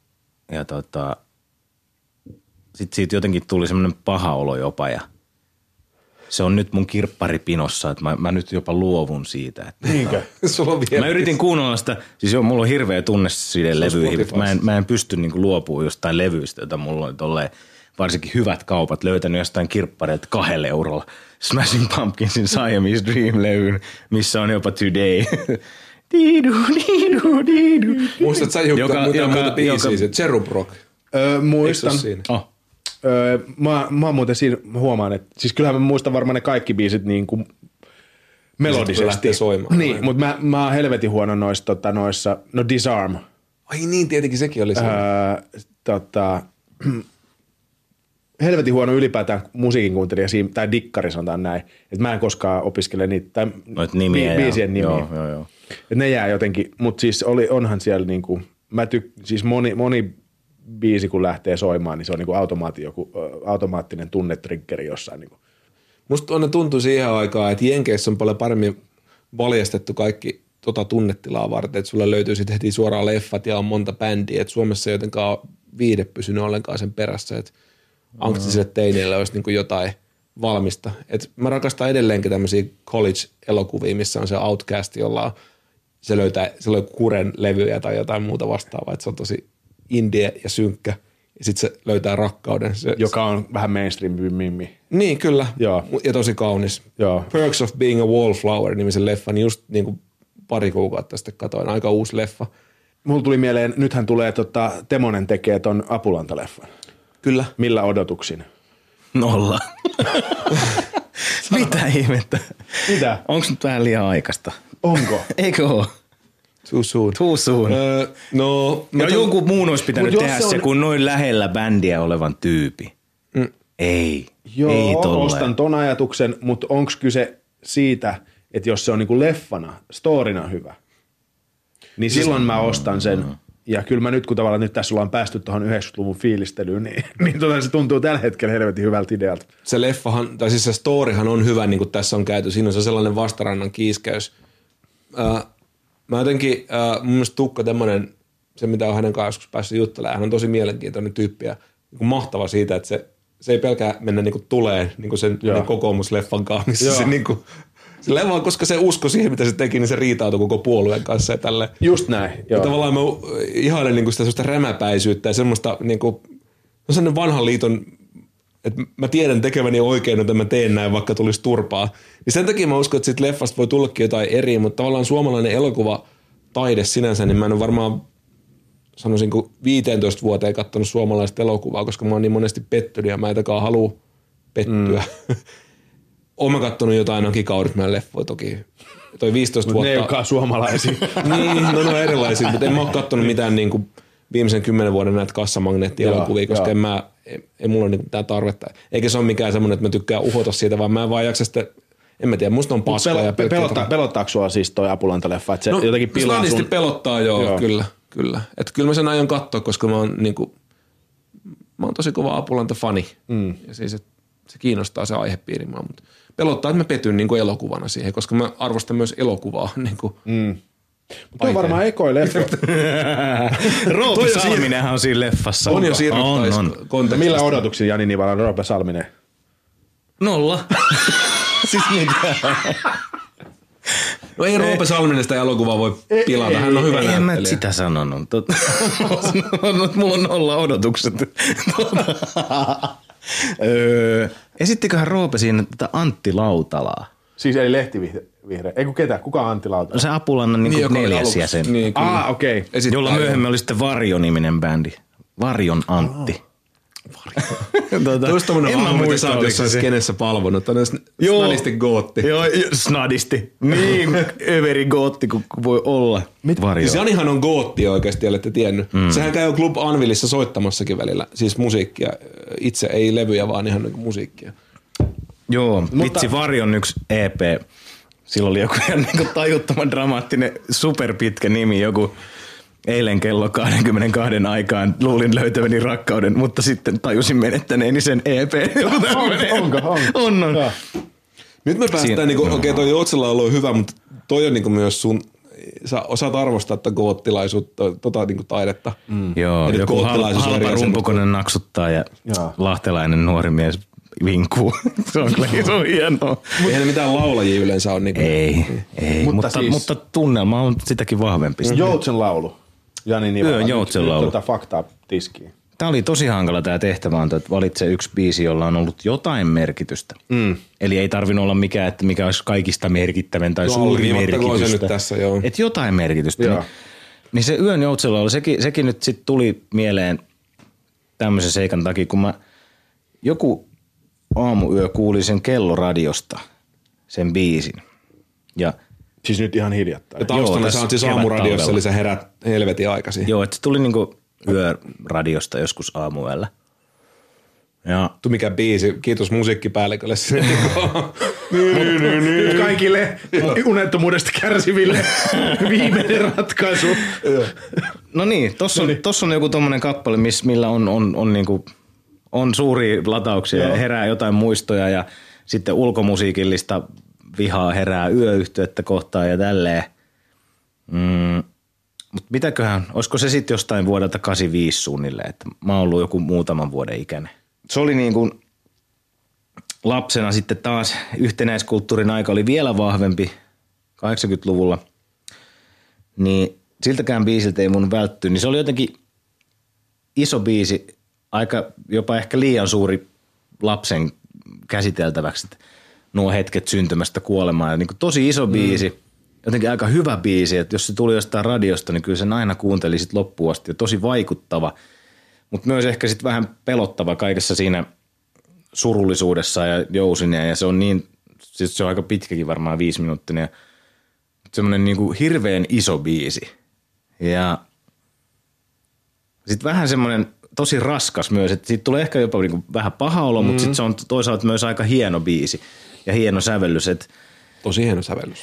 sitten siitä jotenkin tuli semmoinen paha olo jopa ja se on nyt mun kirpparipinossa, että mä nyt jopa luovun siitä. Että niinkö? Mä yritin kuunnella sitä, siis joo, mulla on hirveä tunne siihen levyihin, mä en pysty niinku luopumaan jostain levyistä, jota mulla on tolleen varsinkin hyvät kaupat löytänyt jostain kirppareilta 2 eurolla. Smashing Pumpkinsin Siamese Dream-levyn, missä on jopa Today. Muistatko sä Jukka muuta biisiä, se Cherub Rock? Muistan. Mä muuten siinä huomaan, että siis kyllähän mä muistan varmaan ne kaikki biisit niin kuin melodisesti. Soimaan. Niin, mutta mä oon helvetin huono noissa, no Disarm. Ai niin, tietenkin sekin oli se. Helvetin huono ylipäätään musiikin kuuntelija tai dikkari sanotaan näin, että mä en koskaan opiskele niitä biisien nimiä. Joo. Ne jää jotenkin, mutta siis onhan siellä niinku, siis moni biisi kun lähtee soimaan, niin se on niinku automaattinen tunnetriggeri jossain. Niinku. Musta on tuntuu siihen aikaan, että Jenkeissä on paljon paremmin valjastettu kaikki tunnetilaa varten, että sulla löytyy sitten heti suoraan leffat ja on monta bändiä, että Suomessa ei jotenkaan viide pysynyt ollenkaan sen perässä, että angstisille teineille olisi niinku jotain valmista. Et mä rakastan edelleenkin tämmöisiä college-elokuvia, missä on se Outcast, jolla se löytää Kuren levyjä tai jotain muuta vastaavaa, että se on tosi indie ja synkkä. Ja sitten se löytää rakkauden. Joka on vähän mainstream-mimmi. Niin, kyllä. Joo. Ja tosi kaunis. Joo. Perks of Being a Wallflower -nimisen leffan just niin kuin pari kuukautta sitten katoin. Aika uusi leffa. Mulla tuli mieleen, nythän tulee Temonen tekee ton Apulanta-leffan. Kyllä. Millä odotuksin? 0. Mitä ihmettä? Mitä? Onks nyt vähän liian aikaista? Onko? Eikö oo? Too soon. Jonkun muun olisi pitänyt tehdä se kuin noin lähellä bändiä olevan tyypi. Ei. Joo, ei ostan ton ajatuksen, mutta onko kyse siitä, että jos se on niinku leffana, storina hyvä, niin silloin mä ostan sen. Ja kyllä mä nyt, kun tavallaan nyt tässä ollaan päästy tuohon 90-luvun fiilistelyyn, niin se tuntuu tällä hetkellä helvetin hyvältä idealta. Se leffahan, tai siis se storyhan on hyvä, niin kuin tässä on käyty. Siinä on se sellainen vastarannan kiiskäys. Mä jotenkin, mun mielestä Tukka tämmönen, se mitä on hänen kanssaan joskus päässyt juttelemaan, hän on tosi mielenkiintoinen tyyppi ja niin mahtava siitä, että se ei pelkää mennä niin kuin tuleen niin kuin sen kokoomusleffan kanssa, missä se niin kuin, sillä vaan, koska se usko siihen, mitä se teki, niin se riitautui koko puolueen kanssa ja tälleen. Just näin, joo. Ja tavallaan mä ihailen niin kuin sitä sellaista rämäpäisyyttä ja semmoista niin kuin, no sellainen vanhan liiton, että mä tiedän tekeväni oikein, että mä teen näin, vaikka tulisi turpaa. Niin sen takia mä uskon, että siitä leffasta voi tullakin jotain eri, mutta tavallaan suomalainen elokuvataide sinänsä, niin mä en ole varmaan, sanoisin, 15 vuoteen katsonut suomalaista elokuvaa, koska mä oon niin monesti pettynyt ja mä en takaa halua pettyä. Oon mä kattonut jotain Aki Kaurismäen leffoja toki. Toi 15 vuotta. Ne ei olekaan suomalaisia. Niin, no erilaisia, mutta en mä oo kattonut mitään niinku viimeisen 10 vuoden näitä kassamagneettielokuvia, koska ei mulla ole niinku mitään tarvetta. Eikä se ole mikään semmoinen, että mä tykkään uhota siitä, vaan mä en vaan jaksa sitä, en mä tiedä, musta on paskaa ja pelottaako sua siis toi Apulanta-leffa, että se jotenkin pilaa sun... pelottaa, joo. Kyllä. Että kyllä mä sen aion katsoa, koska mä oon tosi kova Apulanta-fani. Ja siis, se kiinnostaa se aihepiiri mua, mutta pelottaa, että mä petyn niinku elokuvana siihen, koska mä arvostan myös elokuvaa. Niinku. Mutta on varmaan ekoi leffa. Roope Salminenhan on siinä leffassa. On jo siirryttäis kontekstista. Millä odotuksia Jani Nivalan Roope Salminen? 0. Siis mitä? No ei Roope Salminen sitä elokuvaa voi pilata, hän on hyvä näyttelijä. En mä sitä sanonut. Mulla on 0 odotukset. Esittiköhän Roope siinä tätä Antti Lautalaa? Siis eli lehtivihreä. Ei kun ketä? Kuka on Antti Lautala? Se Apulannan niin 4. jäsen. Niin, okei. Okay. Jolla myöhemmin oli sitten Varjo-niminen bändi. Varjon Antti. Tuossa tommonen hahmo, mitä sä oot jossain skenessä palvonut. Tämä on snadisti gootti. Joo, snadisti. Niin, överi gootti kuin voi olla. Varjo. Siis Janihan on gootti oikeasti, olette tiennyt. Sehän käy Club Anvilissa soittamassakin välillä. Siis musiikkia. Itse ei levyjä, vaan ihan niin musiikkia. Joo, vitsi Varjon yksi EP. Silloin oli joku ihan niin tajuttoman dramaattinen superpitkä nimi, joku eilen kello 22 aikaan luulin löytäväni rakkauden, mutta sitten tajusin menettäneeni sen EP. Onko? On. Nyt me päästään, okei toi Joutselaulu on hyvä, mutta toi on niinku myös sun, sä osaat arvostaa tätä goottilaisuutta, niinku taidetta. Joo, ja joku halpa rumpukonen naksuttaa ja lahtelainen nuori mies vinkuu. Se on hienoa. Eihän ne mitään laulajia yleensä ole. Niinku. Ei. Mutta tunnelma on sitäkin vahvempi. Joutsen laulu. Jani Nivala. Joutsen laulu. Faktaa tiskiin. Tämä oli tosi hankala tämä tehtävä, että valitse yksi biisi, jolla on ollut jotain merkitystä. Eli ei tarvinnut olla mikään, että mikä olisi kaikista merkittävän tai suuri merkitystä. Se nyt tässä, joo. Että jotain merkitystä. Niin se Yön Joutsella oli, sekin nyt sitten tuli mieleen tämmöisen seikan takia, kun mä joku aamuyö kuulin sen kelloradiosta, sen biisin. Ja siis nyt ihan hiljattain. Ja taustalla sä oot siis aamuradiossa, eli sä herät helvetin aikaisin. Joo, että se tuli niinku yöradiosta joskus aamuyöllä. Ja mikä biisi, kiitos musiikkipäällikölle. Kaikille unettomuudesta kärsiville viimeinen ratkaisu. No niin, tossa on joku tommonen kappale, millä on niinku, on suuria latauksia ja herää jotain muistoja ja sitten ulkomusiikillista vihaa herää yöyhteyttä kohtaan ja tälleen. Mutta mitäköhän, olisiko se sitten jostain vuodelta 85 suunnilleen, että mä oon ollut joku muutaman vuoden ikäinen. Se oli niin kuin lapsena sitten taas yhtenäiskulttuurin aika oli vielä vahvempi 80-luvulla, niin siltäkään biisiltä ei mun vältty, niin se oli jotenkin iso biisi, aika jopa ehkä liian suuri lapsen käsiteltäväksi, että nuo hetket syntymästä kuolemaan. Ja niin kuin tosi iso biisi, jotenkin aika hyvä biisi, että jos se tuli jostain radiosta, niin kyllä sen aina kuunteli sit loppuun asti ja tosi vaikuttava, mutta myös ehkä sitten vähän pelottava kaikessa siinä surullisuudessa ja jousineen ja se on niin, siis se on aika pitkäkin varmaan 5 minuuttinen ja semmoinen niin kuin hirveän iso biisi. Ja sitten vähän semmoinen tosi raskas myös, että siitä tulee ehkä jopa niin kuin vähän paha olo, mutta sitten se on toisaalta myös aika hieno biisi ja hieno sävellys. Tosi hieno sävellys.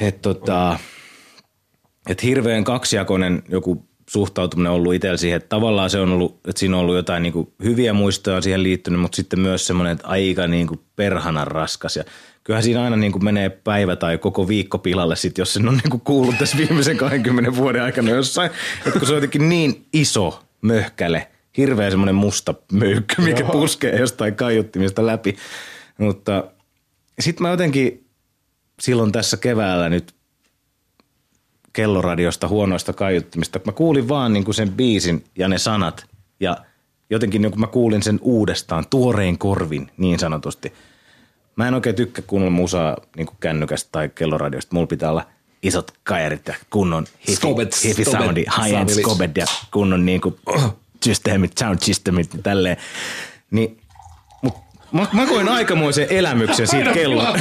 Että hirveän kaksijakoinen joku suhtautuminen on ollut itsellä siihen, että tavallaan se on ollut, että siinä on ollut jotain niin kuin hyviä muistoja siihen liittynyt, mutta sitten myös semmoinen, että aika niin kuin perhanan raskas ja kyllähän siinä aina niin kuin menee päivä tai koko viikko pilalle sit, jos sen on niin kuin kuullut tässä viimeisen 20 vuoden aikana jossain, että kun se on jotenkin niin iso möhkäle, hirveä semmoinen musta möykkö, mikä puskee jostain kaiuttimista läpi, mutta sitten mä jotenkin silloin tässä keväällä nyt kelloradiosta huonoista kaiuttimista. Mä kuulin vaan niin kuin sen biisin ja ne sanat ja jotenkin niin kuin mä kuulin sen uudestaan tuorein korvin niin sanotusti. Mä en oikein tykkää kuunnella musaa niin kuin kännykästä tai kelloradiosta. Mulla pitää olla isot kajarit ja kunnon hifi soundi, high-end skobed ja kunnon niin kuin systeemit, sound systemit ja tälleen. Niin, Mä koin aikamoisen elämyksen siitä kelloa.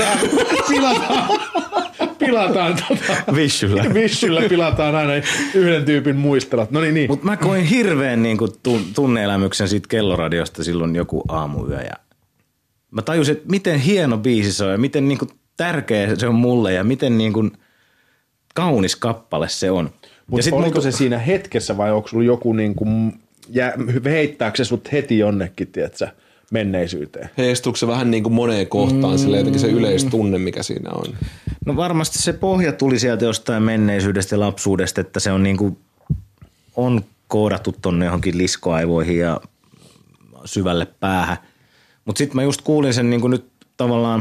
Pilataan Vishyllä pilataan aina yhden tyypin muistelut. No niin. Mutta mä koin hirveän niinku tunne-elämyksen siitä kelloradiosta silloin joku aamuyö. Ja mä tajusin, että miten hieno biisi se on ja miten niinku tärkeä se on mulle ja miten niinku kaunis kappale se on. Mutta oliko se siinä hetkessä vai onko sulla joku niinku, heittääkö se sut heti jonnekin, tietsä, menneisyyteen? Heistuuko se vähän niin kuin moneen kohtaan, sille jotenkin se yleistunne, mikä siinä on? No varmasti se pohja tuli sieltä jostain menneisyydestä ja lapsuudesta, että se on niinku, on koodattu tonne johonkin liskoaivoihin ja syvälle päähän. Mutta sitten mä just kuulin sen niinku nyt tavallaan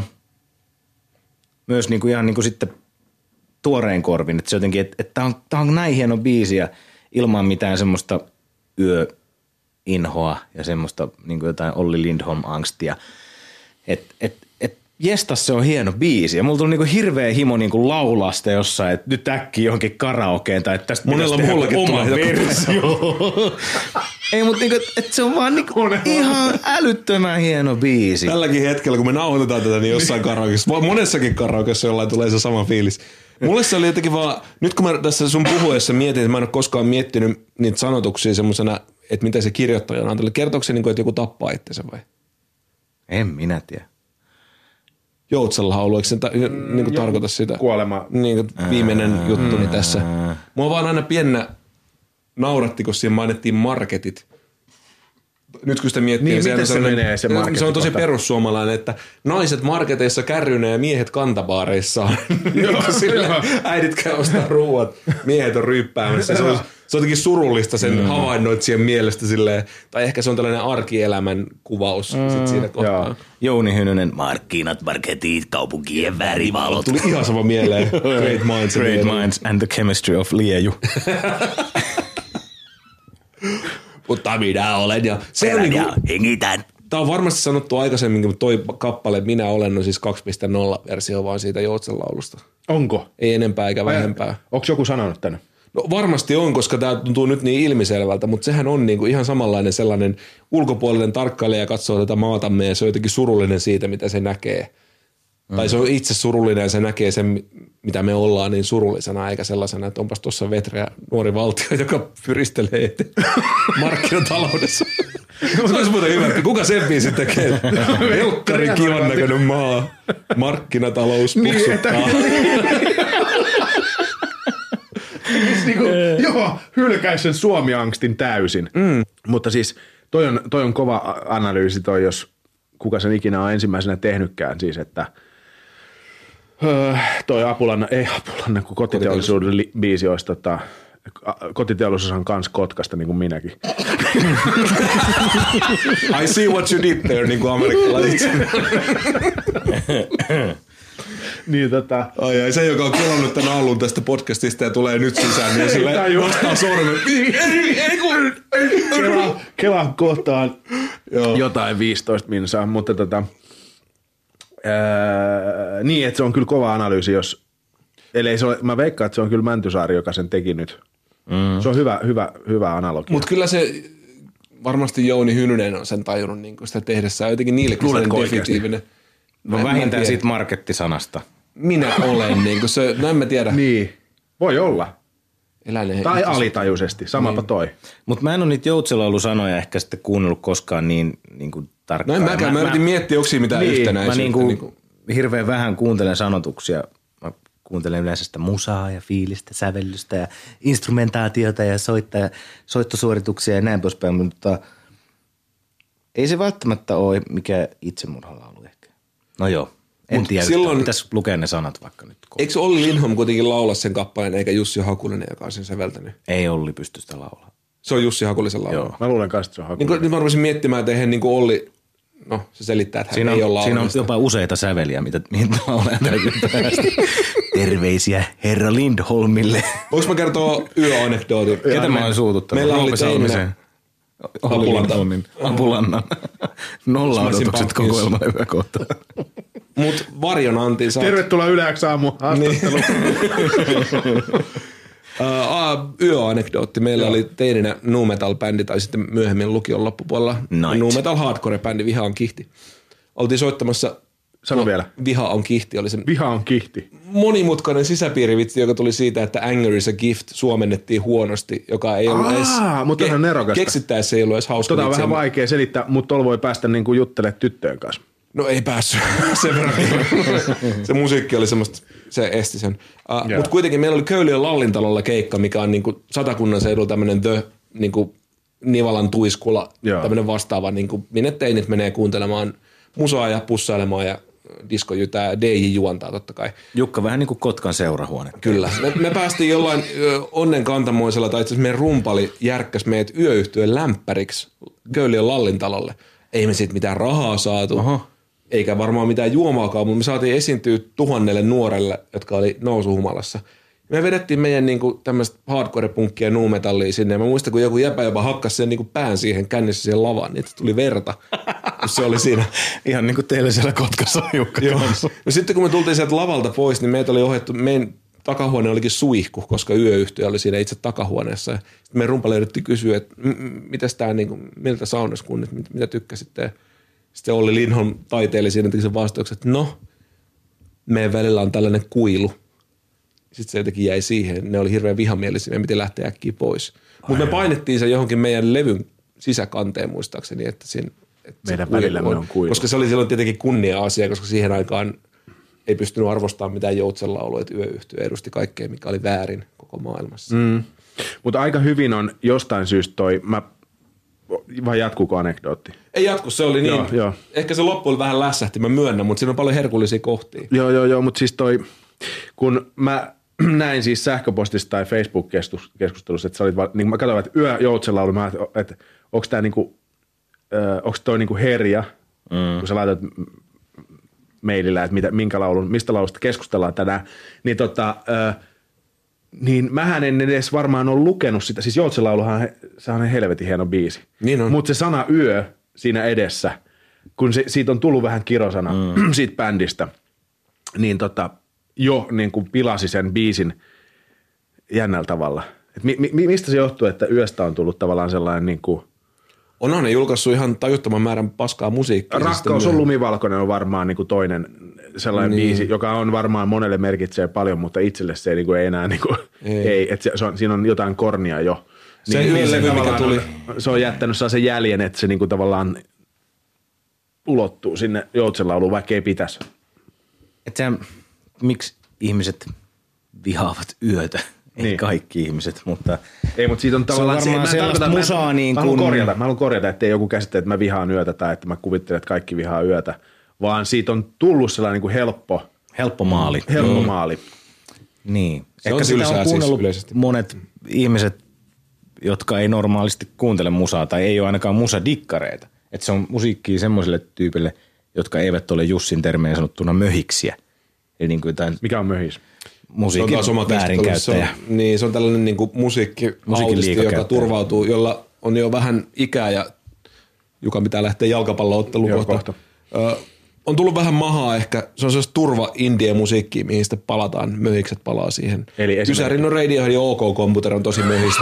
myös niinku ihan niinku sitten tuoreen korvin, että se jotenkin, että tää on näin hieno biisi ja ilman mitään semmoista yöinhoa ja semmoista niinku jotain Olli Lindholm-angstia. Jestas se on hieno biisi ja mulla tuli niinku hirveä himo niinku laulaa sitä jossain, että nyt äkkiä johonkin karaokeen tai että tästä monella muullakin oma versio. Ei, mutta niinku, että se on vaan niinku ihan älyttömän hieno biisi. Tälläkin hetkellä, kun me nauhoitetaan tätä, niin jossain karaokeessa, monessakin karaokeessa jollain tulee se sama fiilis. Mulle se oli jotenkin vaan, nyt kun mä tässä sun puhuessa mietin, että mä en ole koskaan miettinyt niitä sanotuksia semmosena, että mitä se kirjoittaja on antanut. Kertooko se, että joku tappaa itsensä vai? En minä tiedä. Joutsenlaulu, eikö se niin tarkoita sitä? Kuolema. Niin viimeinen juttuni tässä. Mua vaan aina piennä nauratti, kun siinä mainittiin marketit. Nyt kun sitä miettii, niin miten se menee se marketti? Se on tosi perussuomalainen, että naiset marketeissa kärryneen ja miehet kantapaareissaan. Äidit käy ostaa ruuat, miehet on ryyppäämässä. Se on jotenkin surullista sen havainnoitsijan mielestä silleen, tai ehkä se on tällainen arkielämän kuvaus sit siinä kohtaa. Jouni Hynynen, markkinat, marketit, kaupunkien värivalot. Tuli ihan sama mieleen. Great minds and the chemistry of Lieju. Mutta minä olen ja se on niinku, hengitän. Tää on varmasti sanottu aikaisemminkin, mutta toi kappale Minä olen on siis 2.0 versio vaan siitä Joutsenlaulusta. Onko? Ei enempää eikä vähempää. Onko joku sanonut tänne? No varmasti on, koska tää tuntuu nyt niin ilmiselvältä, mutta sehän on niinku ihan samanlainen sellainen ulkopuolinen tarkkailija katsoo tätä maatamme ja se on jotenkin surullinen siitä, mitä se näkee. Tai se on itse surullinen ja se näkee sen, mitä me ollaan niin surullisena, eikä sellaisena, että onpas tuossa vetreä nuori valtio, joka pyristelee markkinataloudessa. Se olisi muuten hyvä. Kuka sen biisin tekee? Helkkari kivan näköinen maa. Markkinatalous puksuttaa. Joo, hylkäisi sen Suomi-angstin täysin. Mutta siis toi on kova analyysi toi, jos kuka sen ikinä on ensimmäisenä tehnytkään. Siis, että toi Apulanna, kun kotiteollisuuden biisi olisi kotiteollisuus on kans Kotkasta, niin kuin minäkin. I see what you did there, niin kuin amerikkalaiset. Niin Ai, se, joka on kelannut tämän alun tästä podcastista ja tulee nyt sisään, niin sille nostaa sormen. Kelan kohtaan jotain 15 minsaa, mutta niin, että se on kyllä kova analyysi, jos ellei se ole, mä veikkaan, että se on kyllä Mäntysaari, joka sen teki nyt. Se on hyvä analogia. Mutta kyllä se varmasti Jouni Hynynen on sen tajunnut niin sitä tehdessä. Jotenkin niillekin sellainen definitiivinen. No vähintään siitä markettisanasta. Minä olen, niin kuin se, no en mä tiedä. Niin, voi olla. Eläinen tai alitajuisesti, samapa niin. Toi. Mutta mä en ole niitä Joutsenlaulu-sanoja ehkä sitten kuunnellut koskaan niin kuin tarkkaan. No en mäkään, mä yritin miettiä, onko siinä mitään yhtenäisyyttä. Mä niin hirveän vähän kuuntelen sanotuksia. Mä kuuntelen yleensä sitä musaa ja fiilistä, sävellystä ja instrumentaatiota ja soittosuorituksia ja näin poispäin, mutta ei se välttämättä ole mikään itsemurhalaulu ehkä. No joo, en tiedä, silloin pitäisi lukea ne sanat vaikka nyt. Eikö Olli Lindholm kuitenkin laula sen kappaleen eikä Jussi Hakulinen, joka on sen säveltänyt? Ei Olli pysty sitä laulaa. Se on Jussi Hakulisen laulu. Joo, mä luulen kanssa, että se on Hakulinen. Niin mä rupesin miettimään, että eihän niin kuin Olli, no se selittää, että hän ei ole laulaa. Siinä on jopa useita säveliä, mihin laulajan täytyy päästä. Terveisiä herra Lindholmille. Voinko mä kertoa yöanekdootin? Ketä mä olen suututtanut? Meillä oli teinä Apulannan. Nolla odotukset kokoelma hyvä kohta. Mut Varjon Antin saat. Tervetuloa Yleäksi aamu haastatteluun. Yöanekdootti. Meillä oli teininä nu metal-bändi tai sitten myöhemmin lukion loppupuolella nu metal hardcore-bändi Vihaan Kihti. oltiin soittamassa. Sano vielä. Viha on kihti oli se Viha on kihti. monimutkainen sisäpiirivitsi, joka tuli siitä, että anger is a gift suomennettiin huonosti, joka ei ollut edes... mutta on nerokasta. Keksittäessä ei ollut edes hauska On vitsi. vähän vaikea selittää, mutta tuolla voi päästä niinku juttelemaan tyttöjen kanssa. No ei päässyt sen verran. Se musiikki oli semmoista, se esti sen. Mutta kuitenkin meillä oli Köyliön Lallintalolla keikka, mikä on niinku Satakunnan seudulla tämmöinen niinku Nivalan tuiskula, tämmöinen vastaava, niinku, minne teinit menee kuuntelemaan musaa ja pussailemaan ja diskojytää, DJ juontaa totta kai. Jukka vähän niin kuin Kotkan seurahuone. Kyllä. Me päästiin jollain onnenkantamoisella, tai itse asiassa meidän rumpali järkkäs meidät yöyhtyön lämpäriksi Köyliön Lallintalolle. Ei me siitä mitään rahaa saatu, eikä varmaan mitään juomaakaan, mutta me saatiin esiintyä 1000 nuorelle, jotka oli nousuhumalassa. Me vedettiin meidän niinku tämmöistä hardcore-punkkia ja nu-metallia sinne. Ja mä muistan, kun joku jäpä jopa hakkasi sen niinku pään siihen kännissä siihen lavaan, niin että tuli verta, kun se oli siinä. Ihan niin kuin teillä siellä Kotkassa on Jukka kanssa. No sitten kun me tultiin sieltä lavalta pois, niin meitä oli ohjattu, meidän takahuone olikin suihku, koska yöyhtiö oli siinä itse takahuoneessa. Ja sitten meidän rumpali yritti kysyä, että mitäs tää niinku, miltä saunaskunnit, mitä tykkäsitte. Ja sitten Olli Lindholm taiteili siinä teki sen vastauksen, että no, meidän välillä on tällainen kuilu. Sitten se jotenkin jäi siihen. Ne oli hirveän vihamielisiä, me piti lähteä äkkiä pois. Mutta me painettiin se johonkin meidän levyn sisäkanteen muistaakseni, että siinä... Meidän välillämme on kuilu. Koska se oli silloin tietenkin kunnia-asia, koska siihen aikaan ei pystynyt arvostamaan mitään joutsenlaulua, että yöyhtiö edusti kaikkea, mikä oli väärin koko maailmassa. Mutta aika hyvin on jostain syystä vai jatkuuko anekdootti? Ei jatku, se oli niin. Joo. Ehkä se loppuun vähän lässähti, mä myönnän, mutta siinä on paljon herkullisia kohtia. Joo, mutta siis kun mä näin siis sähköpostissa tai Facebook-keskustelussa, että sä olit, niin mä katsoin, että yöjoutsenlaulu, että onko tää niinku, onko toi niinku herja, kun sä laitat mailillä, että mistä laulusta keskustellaan tänään, niin niin mähän en edes varmaan ole lukenut sitä. Siis joutsenlauluhan, se on helvetin hieno biisi. Niin on. Mutta se sana yö siinä edessä, kun siitä on tullut vähän kirosana siitä bändistä, niin jo niin kuin pilasi sen biisin jännällä tavalla. Et mistä se johtuu, että yöstä on tullut tavallaan sellainen niin kuin... Onhan ne julkaissut ihan tajuttoman määrän paskaa musiikkia. Rakkaus on lumivalkoinen on varmaan niin kuin toinen sellainen biisi, joka on varmaan monelle merkitsee paljon, mutta itselle se niin kuin ei enää, niin kuin, ei. Että siinä on jotain kornia jo. Se niin, levy, mikä tuli. Se on jättänyt sen jäljen, että se niin kuin tavallaan ulottuu sinne joutsenlauluun, vaikka ei pitäisi. Että miksi ihmiset vihaavat yötä? Ei niin. Kaikki ihmiset, mutta... Ei, mutta siitä on tavallaan... Se on varmaan sellaista musaa niin kuin... Mä haluan korjata, ettei joku käsittele, että mä vihaan yötä tai että mä kuvittelen, että kaikki vihaa yötä, vaan siitä on tullut sellainen niin kuin helppo maali. Helppo maali. Niin. Se ehkä on sitä on kuunnellut yleisesti. Monet ihmiset, jotka ei normaalisti kuuntele musaa tai ei ole ainakaan musadikkareita. Että se on musiikkia semmoisille tyypille, jotka eivät ole Jussin termeen sanottuna möhiksiä. Eli niin kuin jotain... Mikä on möhis? Musiikin väärinkäyttäjä. Se on tällainen niin kuin musiikki-autisti, joka turvautuu, jolla on jo vähän ikää ja joka pitää lähteä jalkapallootteluun kohta. On tullut vähän mahaa ehkä. Se on sellaista turva-indie-musiikkia, mihin sitten palataan. Möhikset palaa siihen. Kysärin on Radiohead ja OK Computer on tosi möhistä.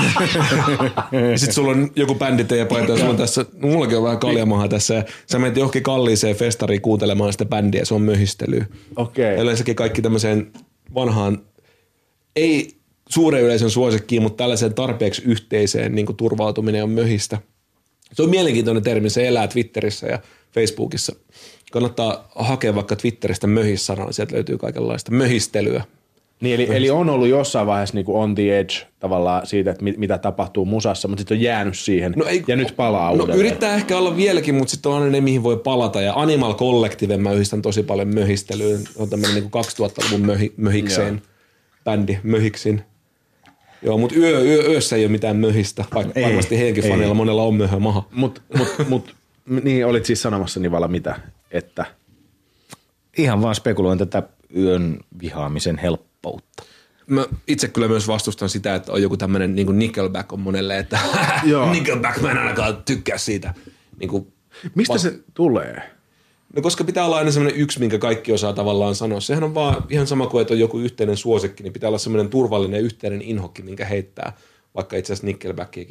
Sitten sulla on joku bändi teidän paita ja sulla on tässä, mullakin on vähän kaljamahaa tässä. Ja sä menet johonkin kalliiseen festariin kuuntelemaan sitä bändiä, se on möhistelyä. Okei. Yleensäkin kaikki tämmöiseen vanhaan, ei suuren yleisön suosikkiin, mutta tällaiseen tarpeeksi yhteiseen niin kuin turvautuminen on möhistä. Se on mielenkiintoinen termi, se elää Twitterissä ja Facebookissa. Kannattaa hakea vaikka Twitteristä möhis-sanaa, sieltä löytyy kaikenlaista möhistelyä. Niin, eli on ollut jossain vaiheessa niin kuin on the edge tavallaan siitä, että mitä tapahtuu musassa, mutta sitten on jäänyt siihen ja nyt palaa uudelleen. Yrittää ehkä olla vieläkin, mutta sitten on aina ne, mihin voi palata. Ja Animal Collective mä yhdistän tosi paljon möhistelyyn. On tämmöinen niin 2000-luvun möhikseen bändi, möhiksin. Joo, mutta yössä ei ole mitään möhistä, vaikka varmasti heidänkin faneilla monella on möhö maha. Mut niin olit siis sanomassa Nivala mitä, että... Ihan vaan spekuloin tätä yön vihaamisen helppoutta. Mä itse kyllä myös vastustan sitä, että on joku tämmöinen niin kuin Nickelback on monelle, että Nickelback, mä en ainakaan tykkää siitä. Niin kuin mistä se tulee? No koska pitää olla aina semmoinen yksi, minkä kaikki osaa tavallaan sanoa. Sehän on vaan ihan sama kuin, että on joku yhteinen suosikki, niin pitää olla semmoinen turvallinen yhteinen inhokki, minkä heittää. Vaikka itse asiassa Nickelbackiakin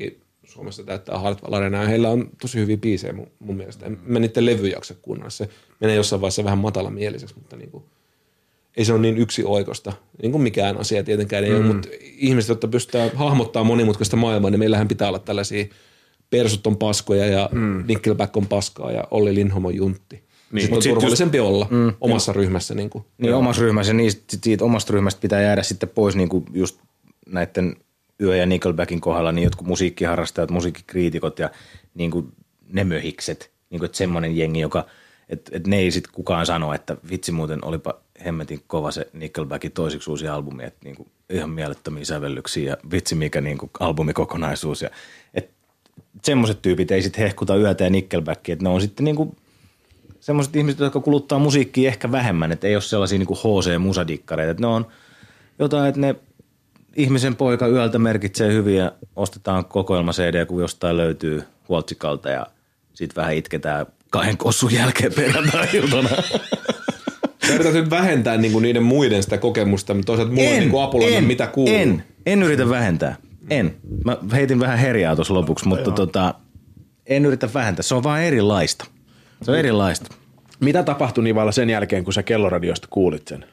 Suomessa täyttää Hartwall Arena, ja heillä on tosi hyviä biisejä mun mielestä. En mä niiden levy jaksa kuunnella. Se menee jossain vaiheessa vähän matalamieliseksi, mutta niin kuin, ei se ole niin yksioikoista, niin kuin mikään asia tietenkään ei ole, mutta ihmiset, jotka pystytään hahmottamaan monimutkaista maailmaa, niin meillähän pitää olla tällaisia persut on paskoja ja Nickelback on paskaa ja Olli Lindholm on juntti. Niin. Sitten on turvallisempi olla omassa ryhmässä. Niin omassa ryhmässä, ja siitä omasta ryhmästä pitää jäädä sitten pois niin kuin just näiden Yö ja Nickelbackin kohdalla, niin jotkut musiikkiharrastajat, musiikkikriitikot ja niin kuin ne möhikset, niin kuin, että semmoinen jengi, joka, että ne ei sitten kukaan sano, että vitsi muuten olipa hemmetin kova se Nickelbackin toisiksi uusi albumi, että niin kuin ihan mielettömiä sävellyksiä ja vitsi mikä niin kuin albumikokonaisuus. Ja, että semmoiset tyypit ei sitten hehkuta Yötä ja Nickelbackia, että ne on sitten niin kuin semmoiset ihmiset, jotka kuluttaa musiikkia ehkä vähemmän, että ei ole sellaisia niin kuin HC-musadikkareita, että ne on jotain, että ne ihmisen poika yöltä merkitsee hyvin ja ostetaan kokoelma-CD, kun jostain löytyy huoltsikalta ja sitten vähän itketään 2 kossun jälkeen perjantai-iltana. Sä yrität nyt vähentää niinku niiden muiden sitä kokemusta, mutta toisaalta mulla on niinku apulana, mitä kuuluu. En yritä vähentää. Mä heitin vähän herjaa tuossa lopuksi, mutta en yritä vähentää. Se on vaan erilaista. Se on erilaista. Mitä tapahtui Nivala sen jälkeen, kun sä Kelloradiosta kuulit sen?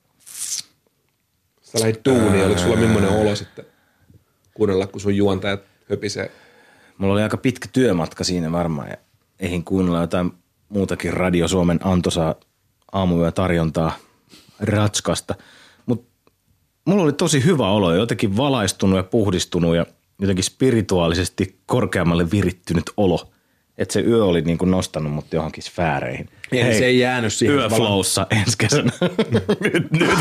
Sä lähdit duuniin, oliko sulla millainen olo sitten kuunnella, kun sun juontajat höpisee? Mulla oli aika pitkä työmatka siinä varmaan ja eihin kuunnella jotain muutakin Radio Suomen antoisaa aamuyötarjontaa Ratskasta. Mutta mulla oli tosi hyvä olo ja jotenkin valaistunut ja puhdistunut ja jotenkin spirituaalisesti korkeammalle virittynyt olo. Että se yö oli niinku nostanut mut johonkin sfääreihin. Hei, se ei jäänyt siihen. Yöflowssa ensi kesänä. nyt.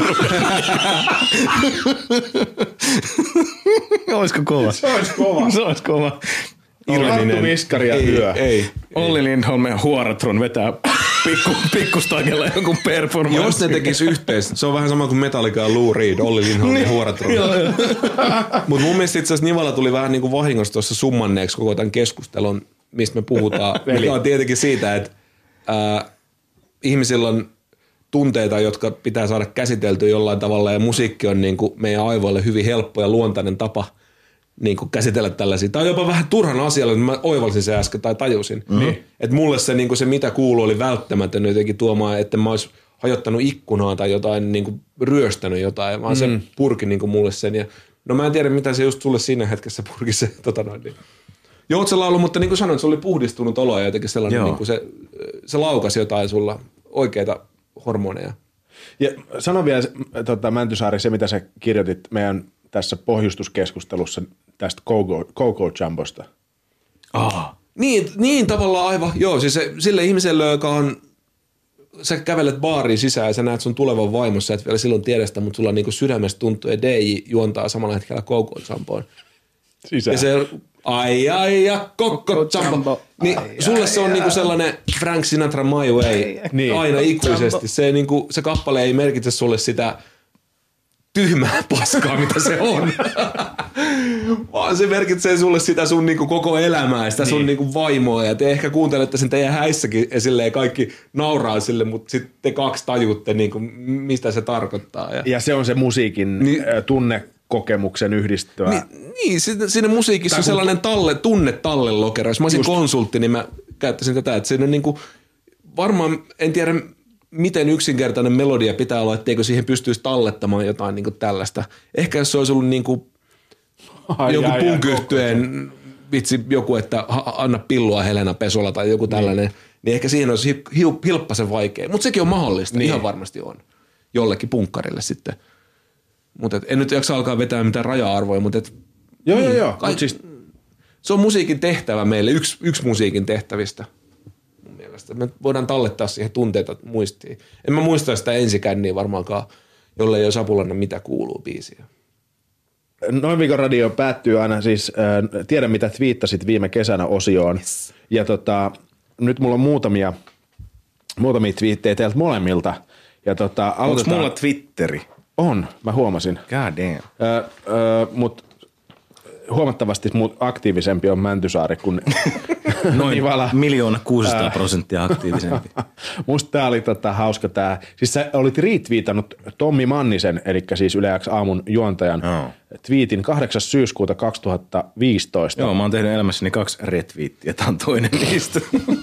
Olisiko kova? Se olisi kova. Ironinen. Viskari ja yö. Ei. Olli Lindholm ja Huoratron vetää pikkustangella jonkun performanssi. Jos ne tekis yhteis, se on vähän sama kuin Metallica ja Lou Reed, Olli Lindholm ja Huoratron. Mutta mun mielestä itse asiassa Nivala tuli vähän niin kuin vahingossa tuossa summanneeksi koko tämän keskustelun, mistä me puhutaan. Mikä on tietenkin siitä, että ihmisillä on tunteita, jotka pitää saada käsiteltyä jollain tavalla ja musiikki on niin kuin meidän aivoille hyvin helppo ja luontainen tapa niin kuin käsitellä tällaisia. Tai jopa vähän turhan asialla, että mä oivalsin sen äsken tai tajusin. Että mulle se, niin kuin se mitä kuuluu oli välttämätön jotenkin tuomaan, että mä ois hajottanut ikkunaa tai jotain, niin kuin ryöstänyt jotain, vaan se purki niin kuin mulle sen. Ja, no mä en tiedä, mitä se just sulle siinä hetkessä purki se niin. Joutselaulu, mutta niin kuin sanoin, se oli puhdistunut olo ja jotenkin sellainen, niin kuin se laukasi jotain sulla oikeita hormoneja. Ja sano vielä, Mäntysaari, se mitä sä kirjoitit meidän tässä pohjustuskeskustelussa tästä Coco Jumbosta. Niin tavallaan aivan. Joo, siis sille ihmiselle, joka on, sä kävelet baariin sisään ja sä näet sun tulevan vaimossa, et vielä silloin tiedä sitä, mutta sulla niinku sydämestä tuntuu, ja DJ juontaa samalla hetkellä Coco Jumboon. Sisään. Ja se ai ja Coco Jumbo. Niin sulle se on niinku sellainen Frank Sinatra My Way aina ikuisesti. Se, niinku, se kappale ei merkitse sulle sitä tyhmää paskaa, mitä se on. Vaan se merkitsee sulle sitä sun niinku koko elämää ja sitä sun niinku vaimoa. Ja te ehkä kuuntelette sen teidän häissäkin ja silleen kaikki nauraa sille, mutta sitten te kaksi tajutte, niinku, mistä se tarkoittaa. Ja se on se musiikin tunnekokemuksen yhdistävä. Niin, siinä musiikissa on sellainen tunnetallelokero. Jos mä olisin konsultti, niin mä käyttäisin tätä. Että siinä on niinku, varmaan, en tiedä miten yksinkertainen melodia pitää olla, etteikö siihen pystyisi tallettamaan jotain niinku tällaista. Ehkä jos se olisi ollut niinku joku punkyhtyeen vitsi joku, että anna pillua Helena Pesola tai joku tällainen, niin ehkä siihen olisi hilppasen vaikea. Mutta sekin on mahdollista, ihan varmasti on. Jollekin punkkarille sitten. Mutta en nyt jaksa alkaa vetää mitään raja-arvoja, mutta Joo. Siis se on musiikin tehtävä meille, yksi musiikin tehtävistä. Me voidaan tallettaa siihen tunteita muistiin. En mä muista sitä ensikänniä varmaankaan, jollei jos Apulanne mitä kuuluu biisiä. Noin viikon radio päättyy aina siis tiedä mitä twiittasit viime kesänä osioon. Yes. Ja nyt mulla on muutamia twiittejä teiltä molemmilta. Ja onko mulla Twitteri? On, mä huomasin. God damn. Mut huomattavasti aktiivisempi on Mäntysaari kuin noin 1,600,000% aktiivisempi. Musta tää oli hauska tää. Siis sä olit retweetannut Tommi Mannisen, eli siis Yle X aamun juontajan twiitin 8. syyskuuta 2015. Joo, mä oon tehnyt elämässäni 2 retweettiä. Tää on toinen niistä.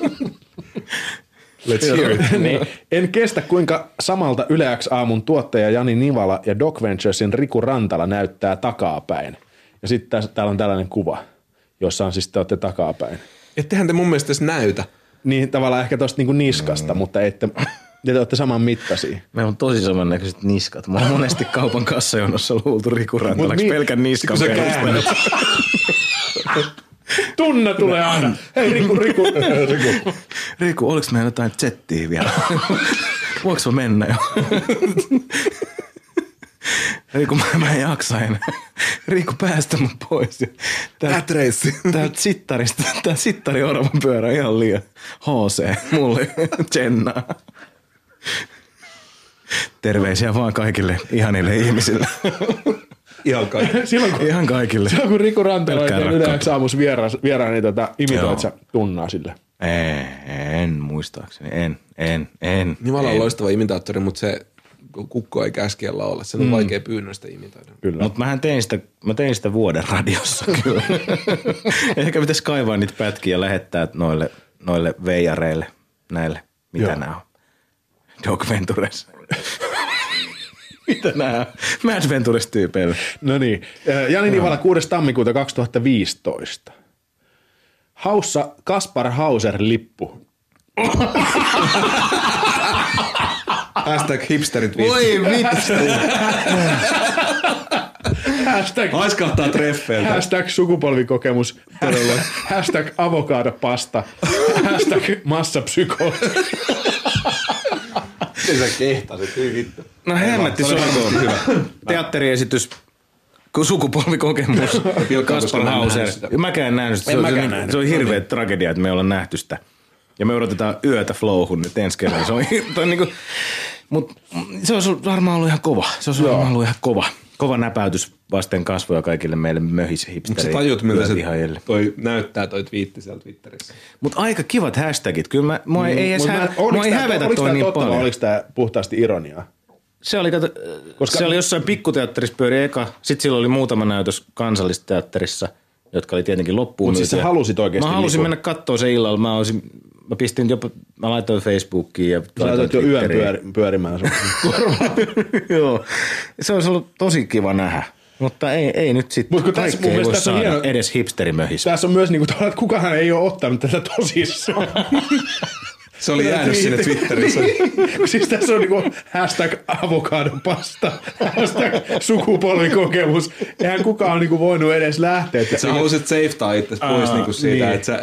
Let's hear it. Niin. En kestä, kuinka samalta Yle X-aamun tuottaja Jani Nivala ja Doc Venturesin Riku Rantala näyttää takapäin. Ja sitten täällä on tällainen kuva, jossa on siis te olette takapäin. Ettehän te mun mielestä edes näytä. Niin tavallaan ehkä tosta niinku niskasta, mutta te olette saman mittaisia. Meillä on tosi samannäköiset niskat. Mä oon monesti kaupan kassajonossa luultu Riku Rantalaksi pelkän niskan perusteella. Tunna tulee aina. Hei Riku. Riku, oliks meillä jotain zettiä vielä? Voinko mä mennä jo? Riku, mä en jaksa enää. Riku, päästä mut pois. Ätreissi. Täältä sittarista, tää sittari oravan pyörä ihan liian HC mulle Jennaa. Terveisiä vaan kaikille ihanille ihmisille. Ihan kaikille. Ihan kaikille. Silloin kun Riku Rantala Pelkkää oli Yle rakkautta. X-aamus vieraan, niin imitoit sä Tunnaa sille. En muistaakseni, en. Nivala on loistava imitaattori, mutta se kukko ei käskiellä olla. Se on vaikea pyynnöstä imitoida. Kyllä. Mutta mä tein sitä vuoden radiossa kyllä. Ehkä pitäisi kaivaa niitä pätkiä ja lähettää noille veijareille, näille, mitä nämä on. Doc Ventures. Mitä nämä on? Mad Ventures-tyypeille. No niin. Jani Nivala 6. tammikuuta 2015. Haussa Kaspar Hauser-lippu. Hashtag hipsterit viitti. Voi vittu. Hashtag, Haiskahtaa treffeiltä. hashtag sukupolvikokemus. Hashtag avokadopasta. Hashtag massapsykoosi. Miten sä kehtasit? Hyi vittu. No hemmetti soikoon. Teatteriesitys, sukupolvikokemus, Kaspar Hauser. Mäkään en nähnyt sitä. Se on hirveä tragedia, että me ollaan nähty sitä. Ja me odotetaan yötä flowhun nyt ensi kerralla. Se on niinku, mut se olisi varmaan ollut ihan kova. Se olisi varmaan ollut ihan kova. Kova näpäytys vasten kasvoja kaikille meille möhishipstereille. Mutta sä tajut, miltä se näyttää toi twiitti siellä Twitterissä. Mutta aika kivat hashtagit. Kyllä mua ei edes hävetä toi niin totta, paljon. oliko tää puhtaasti ironiaa? Se oli, se oli jossain pikkuteatterissa pyöri eka. Sitten silloin oli muutama näytös Kansallisteatterissa, jotka oli tietenkin loppuun. Mutta siis sä halusit oikeasti Mä halusin mennä katsoa sen illalla. Mä laitoin Facebookiin ja sä laitat jo yön pyörimään sun korvaan. Joo. Se olisi ollut tosi kiva nähdä. Mutta ei nyt sitten. Kaikkea ei voi saada hieno, edes hipsterimöhissä. Tässä on myös niinku että kukaan ei ole ottanut tätä tosissaan. Se oli jäänyt sinne Twitterissä. Siis tässä on niinku hashtag avokadopasta, hashtag sukupolvikokemus. Eihän kukaan ole niinku voinut edes lähteä. Sä halusit safetaa itse pois niinku siitä, niin. Että sä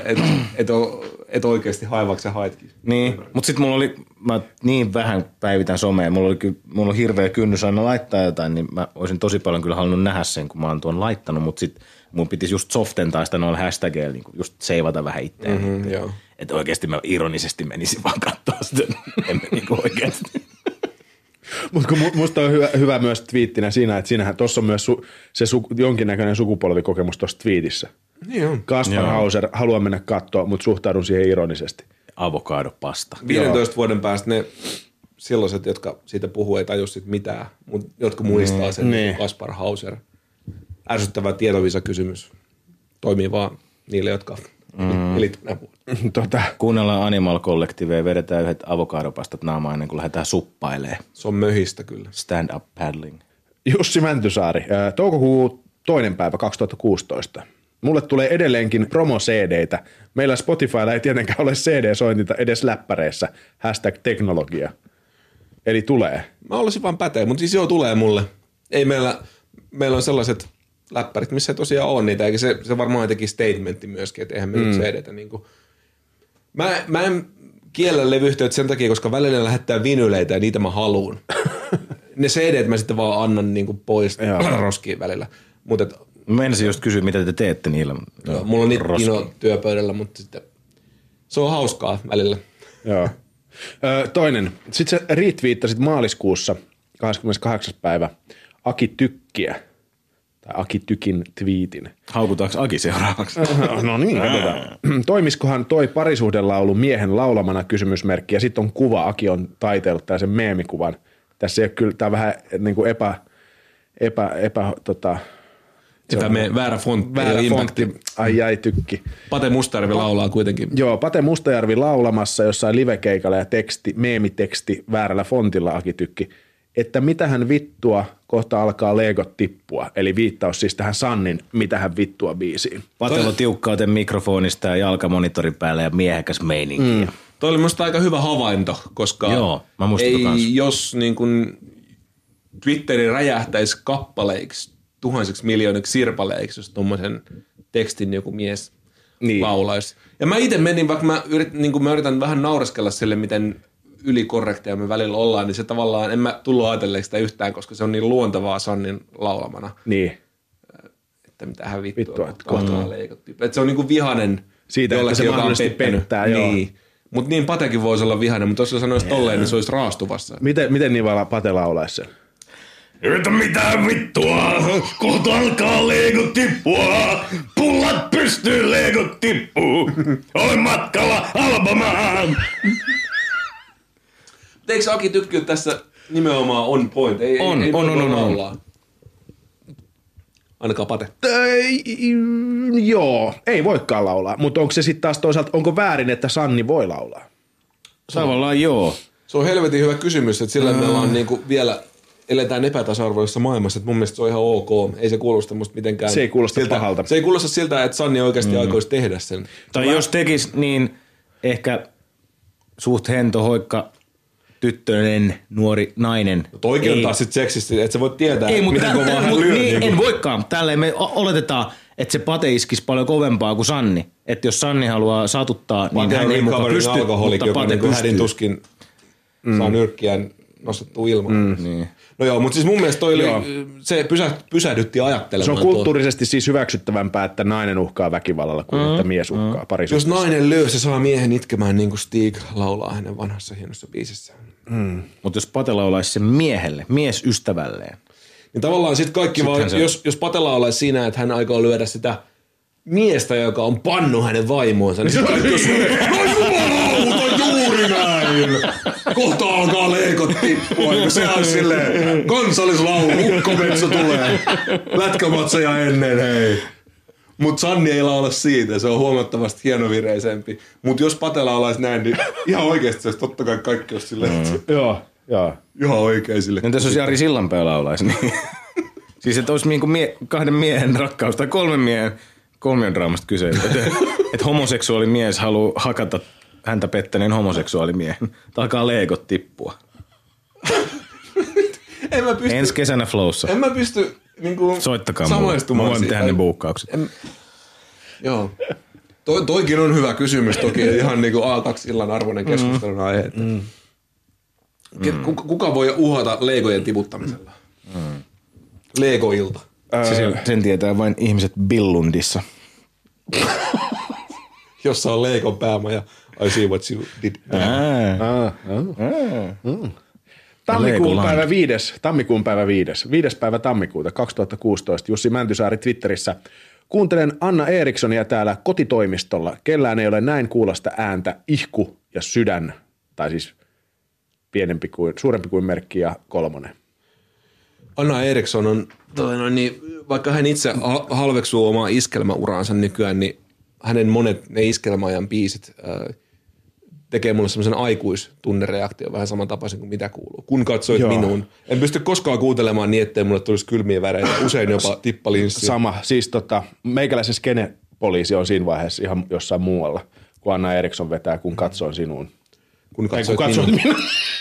et oikeasti haivaksi ja haitkin. Niin, mutta sitten mä niin vähän päivitän someen, mulla on hirveä kynnys aina laittaa jotain, niin mä olisin tosi paljon kyllä halunnut nähdä sen, kun mä oon tuon laittanut, mutta sitten mun pitäisi just softentaa sitä noilla hashtageilla, niin just seivata vähän itseään. Joo. Että oikeasti mä ironisesti menisin vaan katsoa sitä, en mä niinku oikeasti. Mutta kun musta on hyvä myös twiittinä siinä, että siinähän tuossa on myös jonkinnäköinen sukupolvikokemus tuossa twiitissä. Niin on. Kaspar Hauser, haluan mennä katsoa, mutta suhtaudun siihen ironisesti. Avokadopasta. 15 vuoden päästä ne sellaiset, jotka siitä puhuu, ei taju sit mitään, mutta jotka muistaa sen niin. Kaspar Hauser. Ärsyttävä tietovisa-kysymys. Toimii vaan niille, jotka elit tänä vuonna. Kuunnellaan Animal Collectivea ja vedetään yhdet avokadopastat naamaan ennen kuin lähdetään suppailemaan. Se on möhistä kyllä. Stand up paddling. Jussi Mäntysaari, toukokuu 2. päivä 2016. Mulle tulee edelleenkin promo-CDitä. Meillä Spotifylla ei tietenkään ole CD-sointinta edes läppäreissä. Hashtag teknologia. Eli tulee. Mä olisin vaan päteä, mutta siis joo, tulee mulle. Ei meillä on sellaiset läppärit, missä ei tosiaan ole niitä, eikä se varmaan teki statementti myöskin, että eihän me nyt CDtä niinku. Mä en kiellä levyyhtiöitä sen takia, koska välillä lähettää vinyleitä ja niitä mä haluun. Ne CDt mä sitten vaan annan niinku pois roskiin välillä. Mä ensin just kysyä, mitä te teette niillä. Mulla on niitä työpöydällä, mutta sitten se on hauskaa välillä. Joo. Toinen. Sitten sä retweettasit maaliskuussa 28. päivä Aki Tykkiä. Tai Aki Tykin twiitin. Haukutaanko Aki seuraavaksi? No niin, katsotaan. Toimiskohan toi parisuhdelaulu miehen laulamana kysymysmerkki ja sitten on kuva. Aki on taiteillut tällaisen meemikuvan. Tässä ei ole kyllä, tää on vähän niin kuin Väärä fontti. Väärä fontti. Ai jäi tykki. Pate Mustajärvi laulaa kuitenkin. Joo, Pate Mustajärvi laulamassa jossain livekeikalla ja meemiteksti väärällä fontilla Aki Tykki, että mitähän vittua kohta alkaa legot tippua. Eli viittaus siis tähän Sannin mitähän vittua biisiin. Patelo tiukkauteen mikrofonista ja jalkamonitorin päällä ja miehekäs meininki. Toi oli musta aika hyvä havainto, koska Joo, mä muistan kans. jos niin kun Twitteri räjähtäisi kappaleiksi, tuhansiksi miljooniksi sirpaleiksi, jos tommosen tekstin joku mies laulaisi. Ja mä itse menin, vaikka mä yritän vähän naureskella sille, miten ylikorrekteja me välillä ollaan, niin se tavallaan, en mä tullut ajatelleeksi sitä yhtään, koska se on niin luontevaa Sannin laulamana. Niin. Että mitähän vittua kohtaa leikottiin. Että se on niinku vihanen siitä, että se mahdollisesti pettää. Niin. Mutta niin Patekin voisi olla vihainen, mutta jos se sanoisi tolleen, niin se olisi raastuvassa. Miten niin vaan Pate laulaisi sen? Että mitään vittua, kohta alkaa legot tippua, pullat pystyy, legot tippuu, olen matkalla Albamaan. Eikö Aki Tykky tässä nimenomaan on point? Ei laulaa. Ainakaan Pate. Joo, ei voikaan laulaa, mutta onko se sitten taas toisaalta, onko väärin, että Sanni voi laulaa? Tavallaan joo. Se on helvetin hyvä kysymys, että sillä meillä on niinku vielä eletään epätasa-arvoisessa maailmassa, että mun mielestä se on ihan ok. Ei se kuulosta musta mitenkään. Se ei kuulosta siltä, pahalta. Se ei kuulosta siltä, että Sanni oikeasti aikoisi tehdä sen. Tai jos tekisi, niin ehkä suht hento, hoikka, tyttöinen, nuori nainen. No toikin on taas sit seksisti, että sä voit tietää, ei, miten kovaa hän lyö. Niin, en voikaan. Tälleen me oletetaan, että se Pate iskisi paljon kovempaa kuin Sanni. Että jos Sanni haluaa satuttaa, niin hän ei mukaan pysty, mutta Pate pystyy. Hädin tuskin saa nyrkkiään nostettua ilman. Niin. No joo, mutta siis mun mielestä toi se pysähdytti ajattelemaan. Se on kulttuurisesti siis hyväksyttävämpää, että nainen uhkaa väkivallalla kuin että mies uhkaa parisuhteessa. Jos nainen lyö, se saa miehen itkemään niin kuin Stig laulaa hänen vanhassa hienossa biisissään. Mutta jos Pate laulaisi sen miehelle, miesystävälleen. Niin tavallaan sit kaikki vaan, jos Pate laulaisi siinä, että hän aikoo lyödä sitä miestä, joka on pannut hänen vaimoonsa, niin se kaikki on juuri näin. Kohta alkaa leikot tippua, ja se on silleen kansallislaulu, ukkometso tulee. Lätkämatseja ennen, hei. Mut Sanni ei laula siitä, se on huomattavasti hienovireisempi. Mut jos Pate laulaisi näin, niin ihan oikeesti se olisi totta kai kaikki olisi silleen. Joo. Ihan oikein sille. Entäs jos Jari Sillanpää laulaisi, niin siis että olisi niinku kahden miehen rakkaus tai kolmion draamasta kyse. Että homoseksuaali mies haluaa hakata häntä pettäneen homoseksuaalimiehen. Alkaa leikot tippua. Ensi kesänä Flowssa. En mä pysty niinku soittakaa samaistumaan. Mä voin tehdä ne buukkaukset. Joo. Toikin on hyvä kysymys toki. Ihan niinku A2-illan arvoinen keskustelun aihe. Kuka voi uhata leikojen tiputtamisella? Legoilta. Sen tietää vain ihmiset Billundissa. Jossa on Leikon päämaja. I see what you did. Tammikuun päivä 5. päivä tammikuuta 2016 Jussi Mäntysaari Twitterissä. Kuuntelen Anna Erikssonia täällä kotitoimistolla. Kellään ei ole näin kuulosta ääntä, ihku ja sydän. Tai siis suurempi kuin merkki ja 3. Anna Eriksson on, niin, vaikka hän itse halveksuu omaa iskelmäuraansa nykyään, niin hänen monet ne iskelmäajan biisit tekee mulle semmoisen aikuistunnereaktion vähän samantapaisen kuin mitä kuuluu. Kun katsoit minuun. En pysty koskaan kuuntelemaan niin, ettei mulle tulisi kylmiä väreitä, usein jopa tippalinssiä. Sama, siis meikäläisen skene-poliisi on siinä vaiheessa ihan jossain muualla, kun Anna Eriksson vetää, kun katsoin sinuun. Kun katsoit minuun.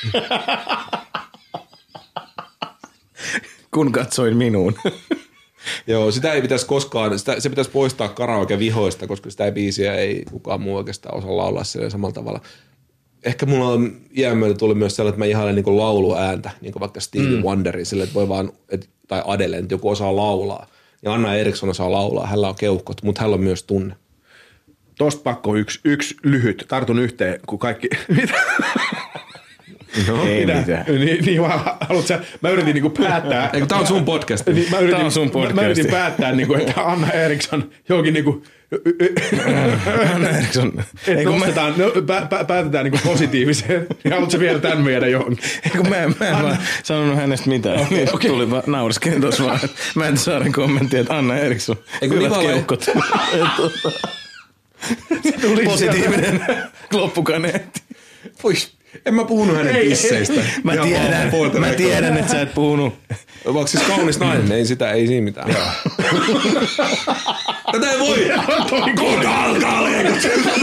Kun katsoin minuun. Joo, sitä ei pitäisi koskaan, se pitäisi poistaa karaoke-vihoista, koska sitä biisiä ei kukaan muu oikeastaan osaa laulaa sillä samalla tavalla. Ehkä mulla on iän myötä tullut myös sellainen, että mä ihailen niin lauluääntä, niin kuin vaikka Stevie Wonderin, sille, että voi vaan, tai Adele, että joku osaa laulaa. Ja Anna Eriksson osaa laulaa, hänellä on keuhkot, mutta hänellä on myös tunne. Tosta pakko yksi lyhyt, tartun yhteen, kun kaikki... No, ei mitään. Niin vaan, haluat sä, mä yritin niinku päättää. Eikö tää on sun podcast? Niin, Tää on sun podcasti. Mä yritin päättää, niinku, että Anna Eriksson johonkin niinku... Anna Eriksson. Päätetään niinku positiiviseen. Niin haluatko vielä tän viedä johonkin? Eikö mä en vaan sanonut hänestä mitään. Okay. Tuli vaan nauriskelin tuossa vaan. Mäntysaaren kommentti, että Anna Eriksson. Hyvät keuhkot. Positiivinen loppukaneetti. Pois. En mä puhunut hänen pisseistä. Mä tiedän, että sä et puhunut. Vaikka siis kaunis nainen, ei siinä mitään. Tätä ei voi! Kohta alkaa leikot!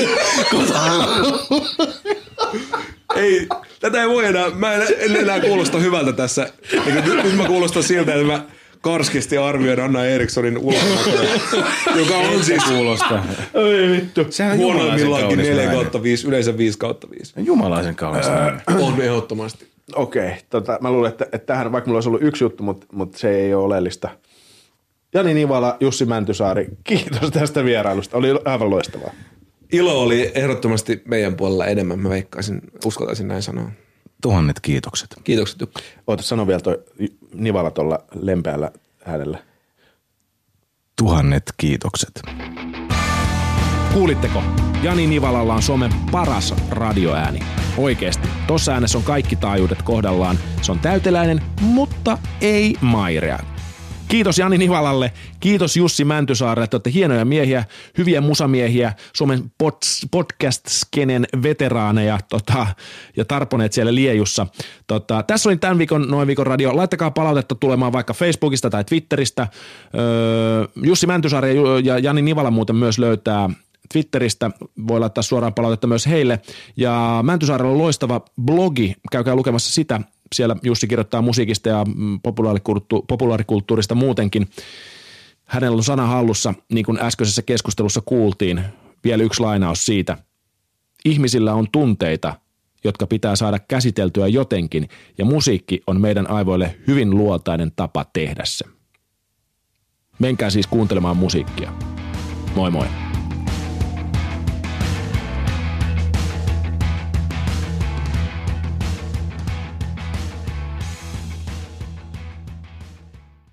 Ei, tätä ei voi enää. Mä en enää kuulosta hyvältä tässä. Nyt mä kuulostan siltä, että mä karskisti arvioin Anna Erikssonin ulkonäköä, joka on siis kuulostaa. Ei vittu. huonoimmillaankin 4/5, yleensä 5/5. Jumalaisen kaunis nainen. On ehdottomasti. Okei, mä luulen, että tähän, vaikka mulla olisi ollut yksi juttu, mutta se ei ole oleellista. Jani Nivala, Jussi Mäntysaari, kiitos tästä vierailusta. Oli aivan loistavaa. Ilo oli ehdottomasti meidän puolella enemmän, mä veikkaisin, uskaltaisin näin sanoa. 1000 kiitokset. Kiitokset, Jukka. Oota, sano vielä toi Nivala tuolla lempeällä äänellä. 1000 kiitokset. Kuulitteko? Jani Nivalalla on Suomen paras radioääni. Oikeesti. Tossa äänessä on kaikki taajuudet kohdallaan. Se on täyteläinen, mutta ei mairea. Kiitos Jani Nivalalle, kiitos Jussi Mäntysaarelle, te olette hienoja miehiä, hyviä musamiehiä, Suomen podcast-skenen veteraaneja ja tarponeet siellä liejussa. Tässä oli tämän viikon Noin viikon radio. Laittakaa palautetta tulemaan vaikka Facebookista tai Twitteristä. Jussi Mäntysaari ja Jani Nivala muuten myös löytää Twitteristä, voi laittaa suoraan palautetta myös heille. Ja Mäntysaarella on loistava blogi, käykää lukemassa sitä. Siellä Jussi kirjoittaa musiikista ja populaarikulttuurista muutenkin. Hänellä on sana hallussa, niin kuin äskeisessä keskustelussa kuultiin. Vielä yksi lainaus siitä. Ihmisillä on tunteita, jotka pitää saada käsiteltyä jotenkin, ja musiikki on meidän aivoille hyvin luontainen tapa tehdä se. Menkää siis kuuntelemaan musiikkia. Moi moi.